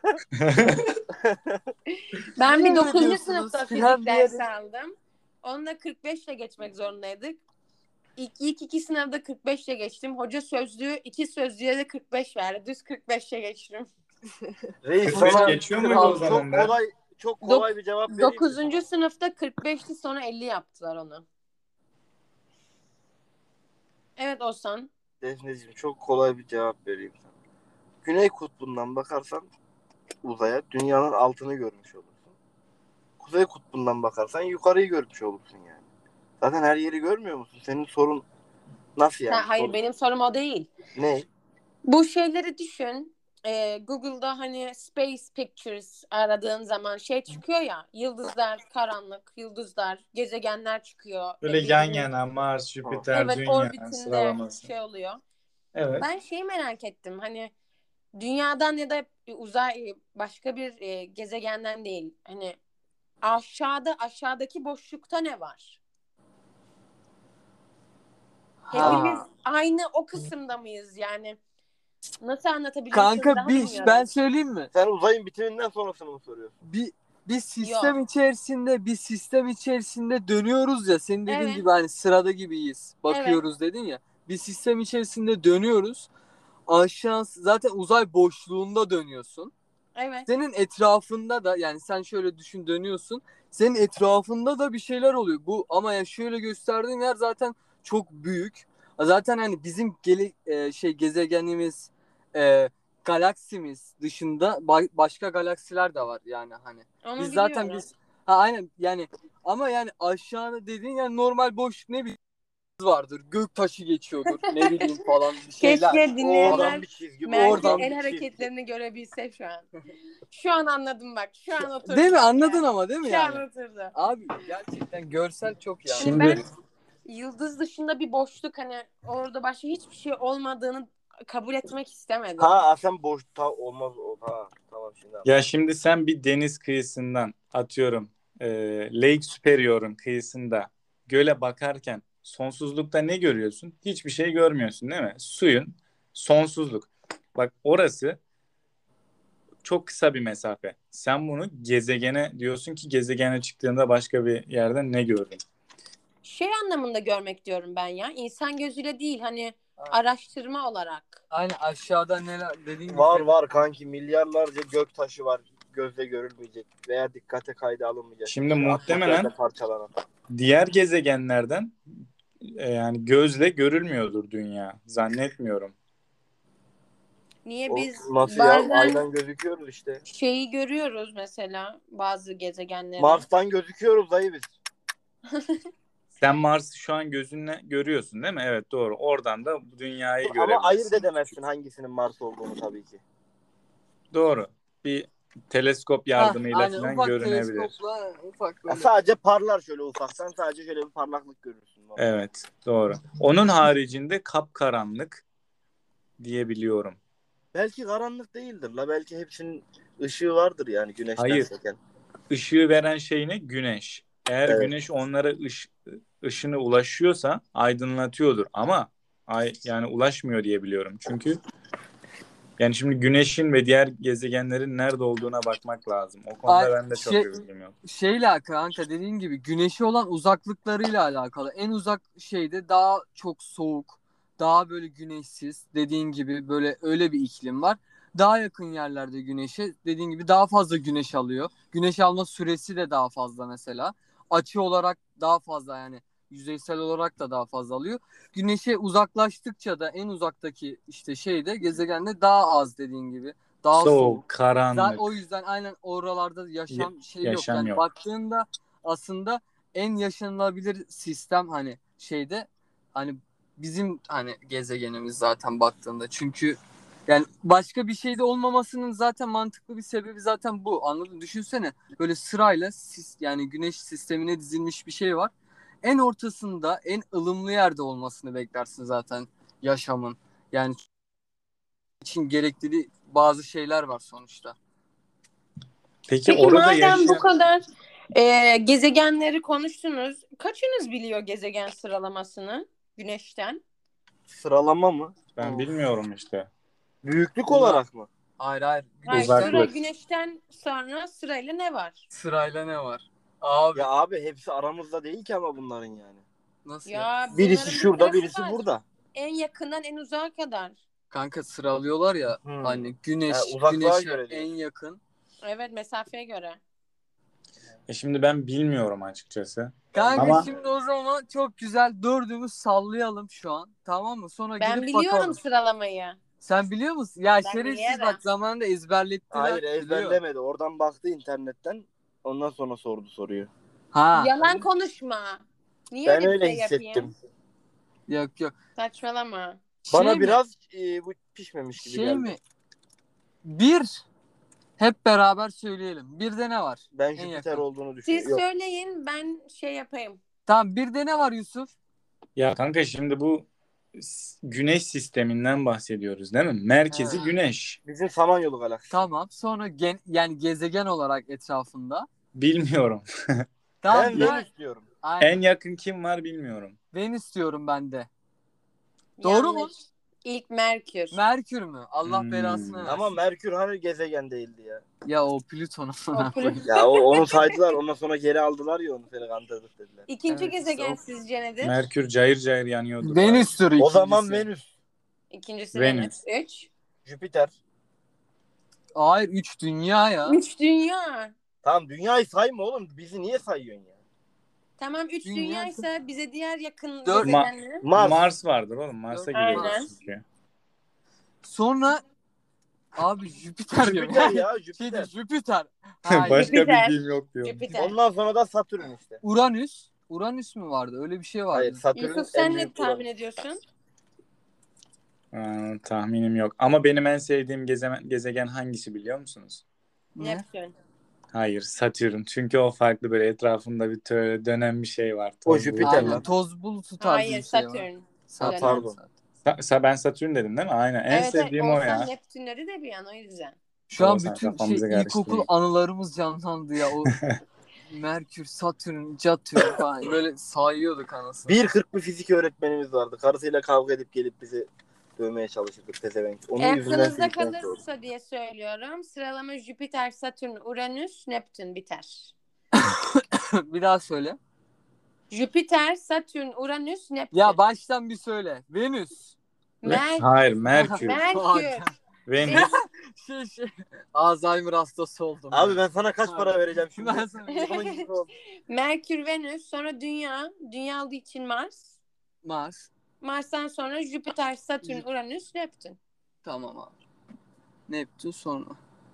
Ben Niye bir öyle dokuzuncu diyorsunuz? sınıfta Filan fizik bir yere- dersi aldım. Onunla kırk beşle geçmek zorundaydık. İlk, ilk iki sınavda kırk beşle geçtim. Hoca sözlüğü iki sözlüğe de kırk beş verdi. Düz kırk beşle geçtim. Reis kırk beş sana geçiyor muydu o çok zaman da? kolay çok kolay bir cevap vereyim mi dokuzuncu sana? sınıfta kırk beşti sonra elli yaptılar onu. Evet Ozan. Defneciğim çok kolay bir cevap vereyim sana. Güney kutbundan bakarsan uzaya dünyanın altını görmüş olursun. Kuzey kutbundan bakarsan yukarıyı görmüş olursun yani. Zaten her yeri görmüyor musun? Senin sorun nasıl yani? Ha, hayır Sorun- benim sorum o değil. Ne? Bu şeyleri düşün. e, Google'da hani Space Pictures aradığın zaman şey çıkıyor ya, yıldızlar, karanlık yıldızlar, gezegenler çıkıyor. Böyle E, yan birbirinin- yana Mars, Jüpiter, evet, Dünya orbitinde sıralaması. şey oluyor. Evet. Ben şeyi merak ettim, hani dünyadan ya da uzay başka bir e, gezegenden değil, hani aşağıda aşağıdaki boşlukta ne var? Hepimiz Ha. aynı o kısımda mıyız yani? Nasıl anlatabilirim Kanka daha bir bilmiyorum. ben söyleyeyim mi? Sen uzayın bitiminden sonrasını mı soruyorsun? Bir bir sistem Yok. içerisinde bir sistem içerisinde dönüyoruz ya, senin dediğin Evet. gibi hani sırada gibiyiz. Bakıyoruz dedin ya. Bir sistem içerisinde dönüyoruz. Aşağısı zaten uzay boşluğunda dönüyorsun. Evet. Senin etrafında da, yani sen şöyle düşün, dönüyorsun. Senin etrafında da bir şeyler oluyor. Bu ama ya şöyle gösterdiğin yer zaten çok büyük. Zaten hani bizim gele, e, şey gezegenimiz, e, galaksimiz dışında ba- başka galaksiler de var yani hani. Onu Biz zaten biliyorum. biz ha aynen yani, ama yani aşağıda dediğin yani normal boşluk, ne bileyim vardır. Gök taşı geçiyordur. Ne bileyim falan bir şeyler. Keşke Oradan dinleyenler bir çizgi, Mert'in oradan el bir çizgi. hareketlerini görebilse şu an. Şu an anladım bak. Şu an oturdu. Değil mi? Anladın yani. ama değil mi Şu yani? an oturdu. Abi gerçekten görsel çok yani. Şimdi Şimdi ben yıldız dışında bir boşluk, hani orada başka hiçbir şey olmadığını kabul etmek istemedim. Ha sen boşta olmaz o. Ha tamam şimdi. ya şimdi sen bir deniz kıyısından atıyorum e, Lake Superior'un kıyısında göle bakarken sonsuzlukta ne görüyorsun? Hiçbir şey görmüyorsun değil mi? Suyun sonsuzluk. Bak orası çok kısa bir mesafe. Sen bunu gezegene diyorsun ki gezegene çıktığında başka bir yerden ne gördün? Şey anlamında görmek diyorum ben ya. İnsan gözüyle değil, hani Ha. araştırma olarak. Aynen aşağıda neler dediğin gibi. Var var kanki, milyarlarca gök taşı var gözle görülmeyecek veya dikkate kayda alınmayacak. Şimdi İşte muhtemelen atmosferde parçalanan. diğer gezegenlerden e, yani gözle görülmüyordur dünya. Zannetmiyorum. Niye O biz nasıl ya? bazen Aydan gözüküyoruz işte. şeyi görüyoruz mesela, bazı gezegenleri. Mars'tan gözüküyoruz dayı biz. Sen Mars'ı şu an gözünle görüyorsun değil mi? Evet doğru. Oradan da dünyayı Ama ayırt görebilirsin. edemezsin hangisinin Mars olduğunu tabii ki. Doğru. Bir teleskop Ha, yardımıyla aynen falan ufak görünebilir. teleskopla ufak Ya böyle. sadece parlar şöyle ufaktan, sadece şöyle bir parlaklık görürsün. Evet doğru. Onun haricinde kapkaranlık diyebiliyorum. Belki karanlık değildir la, belki hepsinin ışığı vardır yani güneşten Hayır. seken. Işığı veren şey ne? Güneş. Eğer Evet. güneş onlara ış, ışını ulaşıyorsa aydınlatıyordur. Ama ay yani ulaşmıyor diye biliyorum. Çünkü yani şimdi güneşin ve diğer gezegenlerin nerede olduğuna bakmak lazım. O konuda Ay, ben de çok şey- bir bilgim yok. Şeyle kanka, dediğin gibi güneşe olan uzaklıklarıyla alakalı. En uzak şeyde daha çok soğuk, daha böyle güneşsiz, dediğin gibi böyle öyle bir iklim var. Daha yakın yerlerde güneşe, dediğin gibi daha fazla güneş alıyor. Güneş alma süresi de daha fazla mesela. Açı olarak daha fazla, yani yüzeysel olarak da daha fazla alıyor. Güneşe uzaklaştıkça da en uzaktaki işte şeyde, gezegende daha az, dediğin gibi. Daha soğuk. Soğuk, karanlık. Zaten o yüzden aynen oralarda yaşam şey yok. yaşam Yani yok. baktığında aslında en yaşanılabilir sistem hani şeyde, hani bizim hani gezegenimiz zaten baktığında. Çünkü yani başka bir şeyde olmamasının zaten mantıklı bir sebebi zaten bu. Anladın? Düşünsene böyle sırayla sis, yani güneş sistemine dizilmiş bir şey var. En ortasında en ılımlı yerde olmasını beklersin zaten yaşamın. Yani için gerekli bazı şeyler var sonuçta. Peki, Peki orada madem yaşayan... bu kadar e, gezegenleri konuştunuz, kaçınız biliyor gezegen sıralamasını Güneş'ten? Sıralama mı? Ben Of. bilmiyorum işte. Büyüklük Ona- olarak mı? Hayır hayır. Hayır, Uzaklık. sıra Güneş'ten sonra sırayla ne var? Sırayla ne var? Abi Ya abi hepsi aramızda değil ki ama bunların yani. nasıl ya? Ya Birisi bunların bir şurada, sırası birisi var. burada. En yakından en uzağa kadar. Kanka sıralıyorlar ya, Hmm. hani güneş, Ha, uzaklığa güneşe göre en diyorsun. yakın. Evet, mesafeye göre. E şimdi ben bilmiyorum açıkçası. Kanka Ama- şimdi o zaman çok güzel dördümüz sallayalım şu an. Tamam mı? Sonra Ben gidip biliyorum bakalım. sıralamayı. Sen biliyor musun? Ya Ben şerefsiz biliyorum. bak, zamanında ezberlettiler. Hayır biliyor. ezberlemedi. Oradan baktı internetten. Ondan sonra sordu soruyu. Ha. Yalan konuşma. Niye Ben öyle bir öyle şey hissettim. yapayım? Yok yok. Saçmalama. Bana Şey mi? biraz e, bu pişmemiş gibi Şey geldi. mi? Bir. Hep beraber söyleyelim. Birde ne var? Ben En Jüpiter yakın. olduğunu Siz düşünüyorum. Yok. söyleyin, ben şey yapayım. Tamam, birde ne var Yusuf? Ya kanka şimdi bu s- güneş sisteminden bahsediyoruz değil mi? Merkezi Evet. güneş. Bizim Samanyolu galaksisi. Tamam. Sonra gen, yani gezegen olarak etrafında. Bilmiyorum. Tamam. Ben ya- Venüs diyorum. Aynen. En yakın kim var bilmiyorum. Venüs diyorum ben de. Doğru mu? Yanlış. İlk Merkür. Merkür mü? Allah Hmm. belasını versin. Ama Merkür hani gezegen değildi ya. Ya o Plüton'u O Plüton. Ya o, onu saydılar. Ondan sonra geri aldılar ya onu seni kandırdık dediler. İkinci Evet, gezegen işte sizce nedir? Merkür cayır cayır yanıyordu. Venüs'tür ikincisi. O zaman Venüs, İkincisi Venüs. Venüs. Üç. Jüpiter. Hayır, üç dünya ya. Üç dünya. Tamam dünyayı sayma oğlum. Bizi niye sayıyorsun ya? Tamam üç Dünya- dünyaysa bize diğer yakın Dört- gezegenler. Mars. Mars vardır oğlum. Mars'a Aynen. gidiyoruz çünkü. Sonra abi Jüpiter diyorum. Jüpiter ya Şeydir, Jüpiter. Jüpiter. Hayır. Başka Jüpiter. bildiğim yok diyor. Jüpiter. Ondan sonra da Satürn işte. Uranüs. Uranüs mü vardı? Öyle bir şey vardı. Hayır Satürn Yusuf en sen ne büyük tahmin Uranüs. ediyorsun? Aa, tahminim yok. Ama benim en sevdiğim gezegen, gezegen hangisi biliyor musunuz? Ne? Neptün. Hayır, Satürn. Çünkü o farklı, böyle etrafında bir tö- dönen bir şey var. O Toz Jüpiter bulutu. Aynen. lan. Toz bulutu tarzı Hayır bir şey var. Satürn. Satürn. pardon. Sa- sa- ben Satürn dedim değil mi? Aynen. En Evet, sevdiğim o Oğuzhan ya. Neptünleri de bir an o yüzden. Şu an Oğuzhan, bütün şey, kafamızı ilkokul karıştırmayın. anılarımız canlandı ya. O Merkür, Satürn, Catürn falan böyle sayıyorduk anasını. bir kırk bir fizik öğretmenimiz vardı. Karısıyla kavga edip gelip bizi dövmeye çalışırdı pezevenk. Onun yüzünden Aklınızda fizikten sordum. kalırsa diye söylüyorum. Sıralama Jüpiter, Satürn, Uranüs, Neptün biter. Bir daha söyle. Jüpiter, Satürn, Uranüs, Neptün. Ya baştan bir söyle. Venüs. Mer Hayır, Merkür. Merkür. Venüs. şey şey. Alzheimer hastası oldum. Abi ya. ben sana kaç para vereceğim şimdi? Ben sana- Bunun gibi oldu. Merkür, Venüs, sonra Dünya. Dünya olduğu için Mars. Mars. Mars'tan sonra Jüpiter, Satürn, Jüp- Uranüs, Neptün. Tamam abi. Neptün sonra.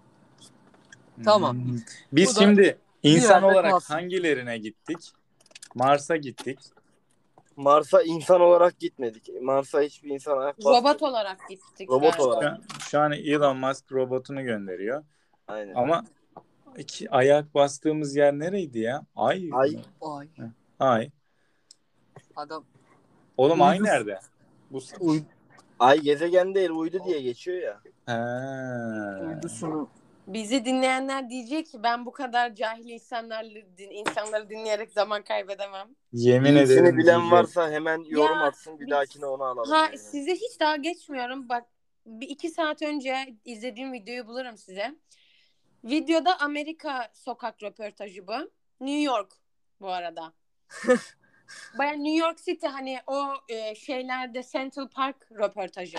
Tamam. Hmm. Biz Bu da şimdi insan yerde olarak kalsın. hangilerine gittik? Mars'a gittik. Mars'a insan olarak gitmedik. Mars'a hiçbir insan ayak basmadı. Robot olarak gittik. Robot galiba. Şu olarak. an, şu an Elon Musk robotunu gönderiyor. Aynen. Ama iki ayak bastığımız yer nereydi ya? Ay. Ay. mı? Ay. Ay. Adam Oğlum ay Uydu- nerede? Bu uy- Ay gezegen değil uydu diye geçiyor ya. Ha. uydusunu. Bizi dinleyenler diyecek ki ben bu kadar cahil insanlarla din, insanları dinleyerek zaman kaybedemem. Yemin İyisini ederim. bilen diyeceğim. varsa hemen yorum Ya, atsın bir biz- dahakine onu alalım. Ha yani. size hiç daha geçmiyorum. Bak bir iki saat önce izlediğim videoyu bulurum size. Videoda Amerika sokak röportajı bu. New York bu arada. Baya New York City hani o e, şeylerde Central Park röportajı.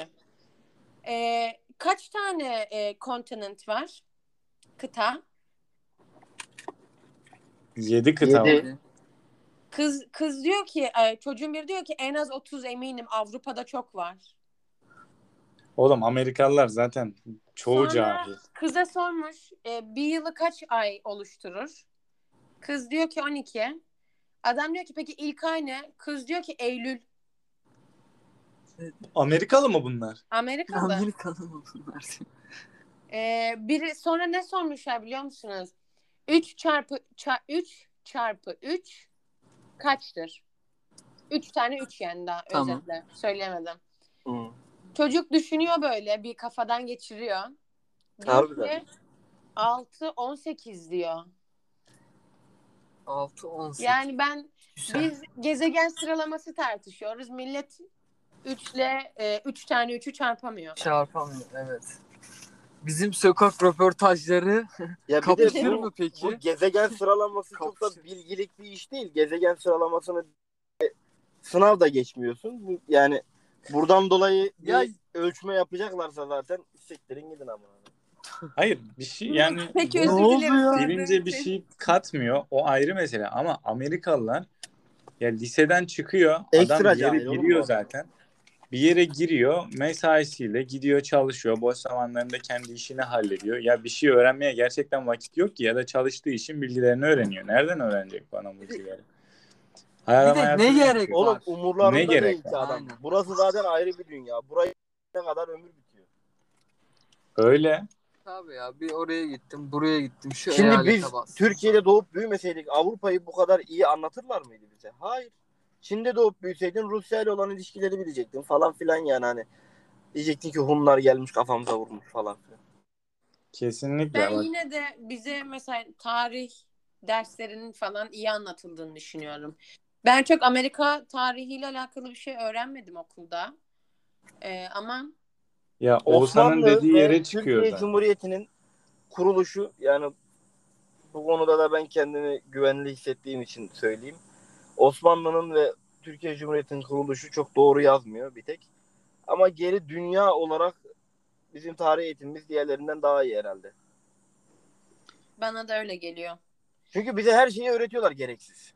E, kaç tane e, continent var? Kıta. Yedi kıta Yedi. var. Kız kız diyor ki e, çocuğun biri diyor ki en az otuz eminim Avrupa'da çok var. Oğlum Amerikalılar zaten çoğu Sonra cahil. kıza sormuş e, bir yılı kaç ay oluşturur? Kız diyor ki on iki. Adam diyor ki peki ilk ay ne? Kız diyor ki Eylül. Amerikalı mı bunlar? Amerikalı. Amerikalı mı bunlar? E, biri sonra ne sormuşlar biliyor musunuz? üç çarpı üç çarpı üç kaçtır? üç tane üç yani daha Tamam. özetle. Söyleyemedim. Hı. Çocuk düşünüyor böyle bir kafadan geçiriyor. Diyor Harbiden. ki altı on sekiz diyor. altı on sekiz. Yani ben Güzel. biz gezegen sıralaması tartışıyoruz. Millet üç ile üç tane üçü çarpamıyor. Çarpamıyor, evet. Bizim sokak röportajları Ya bir kapışır de bu, mı peki? bu gezegen sıralaması çok da Kapışır. bilgilik bir iş değil. Gezegen sıralamasını sınav da geçmiyorsun. Bu, yani buradan dolayı bir Ya- ölçme yapacaklarsa zaten siktirin gidin ama. Hayır bir şey yani Peki bu özür oldu dilerim. ya? sorduğum bilince bir için. şey katmıyor. O ayrı mesele ama Amerikalılar ya liseden çıkıyor. Ekstra Adam bir yere cahil oğlum giriyor bu. zaten. Bir yere giriyor, mesaisiyle gidiyor, çalışıyor. Boş zamanlarında kendi işini hallediyor. Ya bir şey öğrenmeye gerçekten vakit yok ki ya da çalıştığı işin bilgilerini öğreniyor. Nereden öğrenecek bu adam bu bilgileri? Bir Adam de ne hayatını gerek yaşıyor. Oğlum var? umurlarında Ne gerek değil ki var? adam. Aynen. Burası zaten ayrı bir dünya. Buraya ne kadar ömür bitiyor. Öyle. Abi ya bir oraya gittim, buraya gittim. Şu Şimdi eyalete biz bastım. Türkiye'de doğup büyümeseydik Avrupa'yı bu kadar iyi anlatırlar mıydı bize? Hayır. Çin'de doğup büyüseydin Rusya ile olan ilişkileri bilecektin falan filan yani hani. Diyecektin ki Hunlar gelmiş kafamıza vurmuş falan filan. Kesinlikle. Ben Bak, yine de bize mesela tarih derslerinin falan iyi anlatıldığını düşünüyorum. Ben çok Amerika tarihiyle alakalı bir şey öğrenmedim okulda. Ee, ama ya Oğuzhan'ın Osmanlı dediği ve yere çıkıyor Türkiye zaten. Cumhuriyeti'nin kuruluşu yani bu konuda da ben kendimi güvenli hissettiğim için söyleyeyim. Osmanlı'nın ve Türkiye Cumhuriyeti'nin kuruluşu çok doğru yazmıyor bir tek. Ama geri dünya olarak bizim tarih eğitimimiz diğerlerinden daha iyi herhalde. bana da öyle geliyor. Çünkü bize her şeyi öğretiyorlar gereksiz.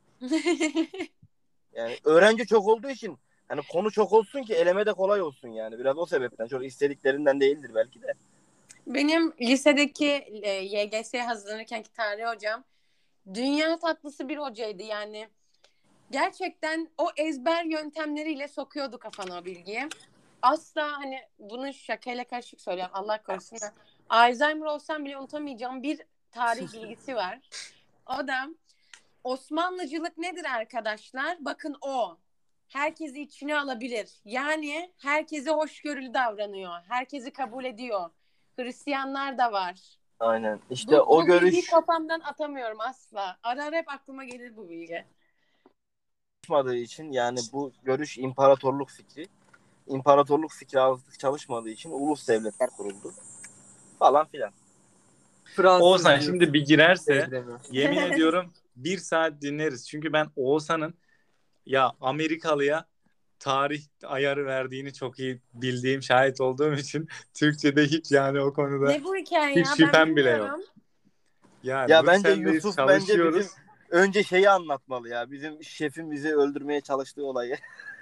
Yani öğrenci çok olduğu için hani konu çok olsun ki eleme de kolay olsun yani. Biraz o sebepten. Çok istediklerinden değildir belki de. Benim lisedeki e, Y G S'ye hazırlanırkenki tarih hocam dünya tatlısı bir hocaydı yani. Gerçekten o ezber yöntemleriyle sokuyordu kafana o bilgiyi. Asla hani bunu şakayla karışık söylüyorum Allah korusun da Alzheimer olsam bile unutamayacağım bir tarih bilgisi var. O da Osmanlıcılık nedir arkadaşlar? Bakın o. Herkesi içine alabilir. Yani herkese hoşgörülü davranıyor. Herkesi kabul ediyor. Hristiyanlar da var. Aynen. İşte Bu, o bu bilgiyi görüş kafamdan atamıyorum asla. Ara ara hep aklıma gelir bu bilgi. çalışmadığı için yani bu görüş imparatorluk fikri. İmparatorluk fikri artık çalışmadığı için ulus devletler kuruldu. Falan filan. Fransız Oğuzhan diyor. şimdi bir girerse Devremi. yemin ediyorum bir saat dinleriz. Çünkü ben Oğuzhan'ın ya Amerikalıya tarih ayarı verdiğini çok iyi bildiğim, şahit olduğum için Türkçe'de hiç yani o konuda Ne bu hikaye hiç ya? Ben şüphem bile yok. bilmiyorum. Ya Ya bence Brüksel'deyiz, Yusuf bence bizim çalışıyoruz. önce şeyi anlatmalı ya. Bizim şefin bizi öldürmeye çalıştığı olayı.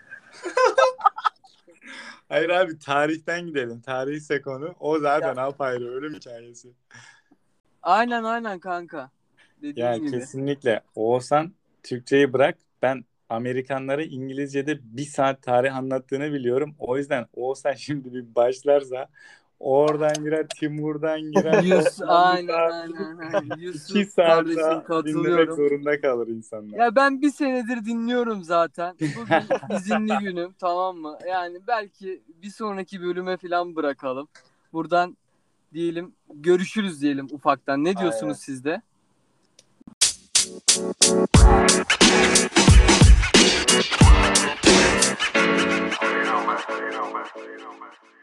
Hayır abi tarihten gidelim. Tarih ise konu. O zaten Ya, apayrı ölüm hikayesi. Aynen aynen kanka. Ya Dediğin gibi. kesinlikle Oğuzhan Türkçeyi bırak. Ben Amerikanlara İngilizce'de bir saat tarih anlattığını biliyorum. O yüzden Oğuzhan şimdi bir başlarsa oradan girer, Timur'dan girer, Yus Osmanlı aynen tarihini aynen aynen. iki Yusuf saat kardeşim daha dinlemek katılıyorum. zorunda kalır insanlar. Ya ben bir senedir dinliyorum zaten. Bugün izinli günüm, tamam mı? Yani belki bir sonraki bölüme falan bırakalım. Buradan diyelim görüşürüz diyelim ufaktan. Ne aynen. diyorsunuz siz de? You know, man. You know, man. You know, man.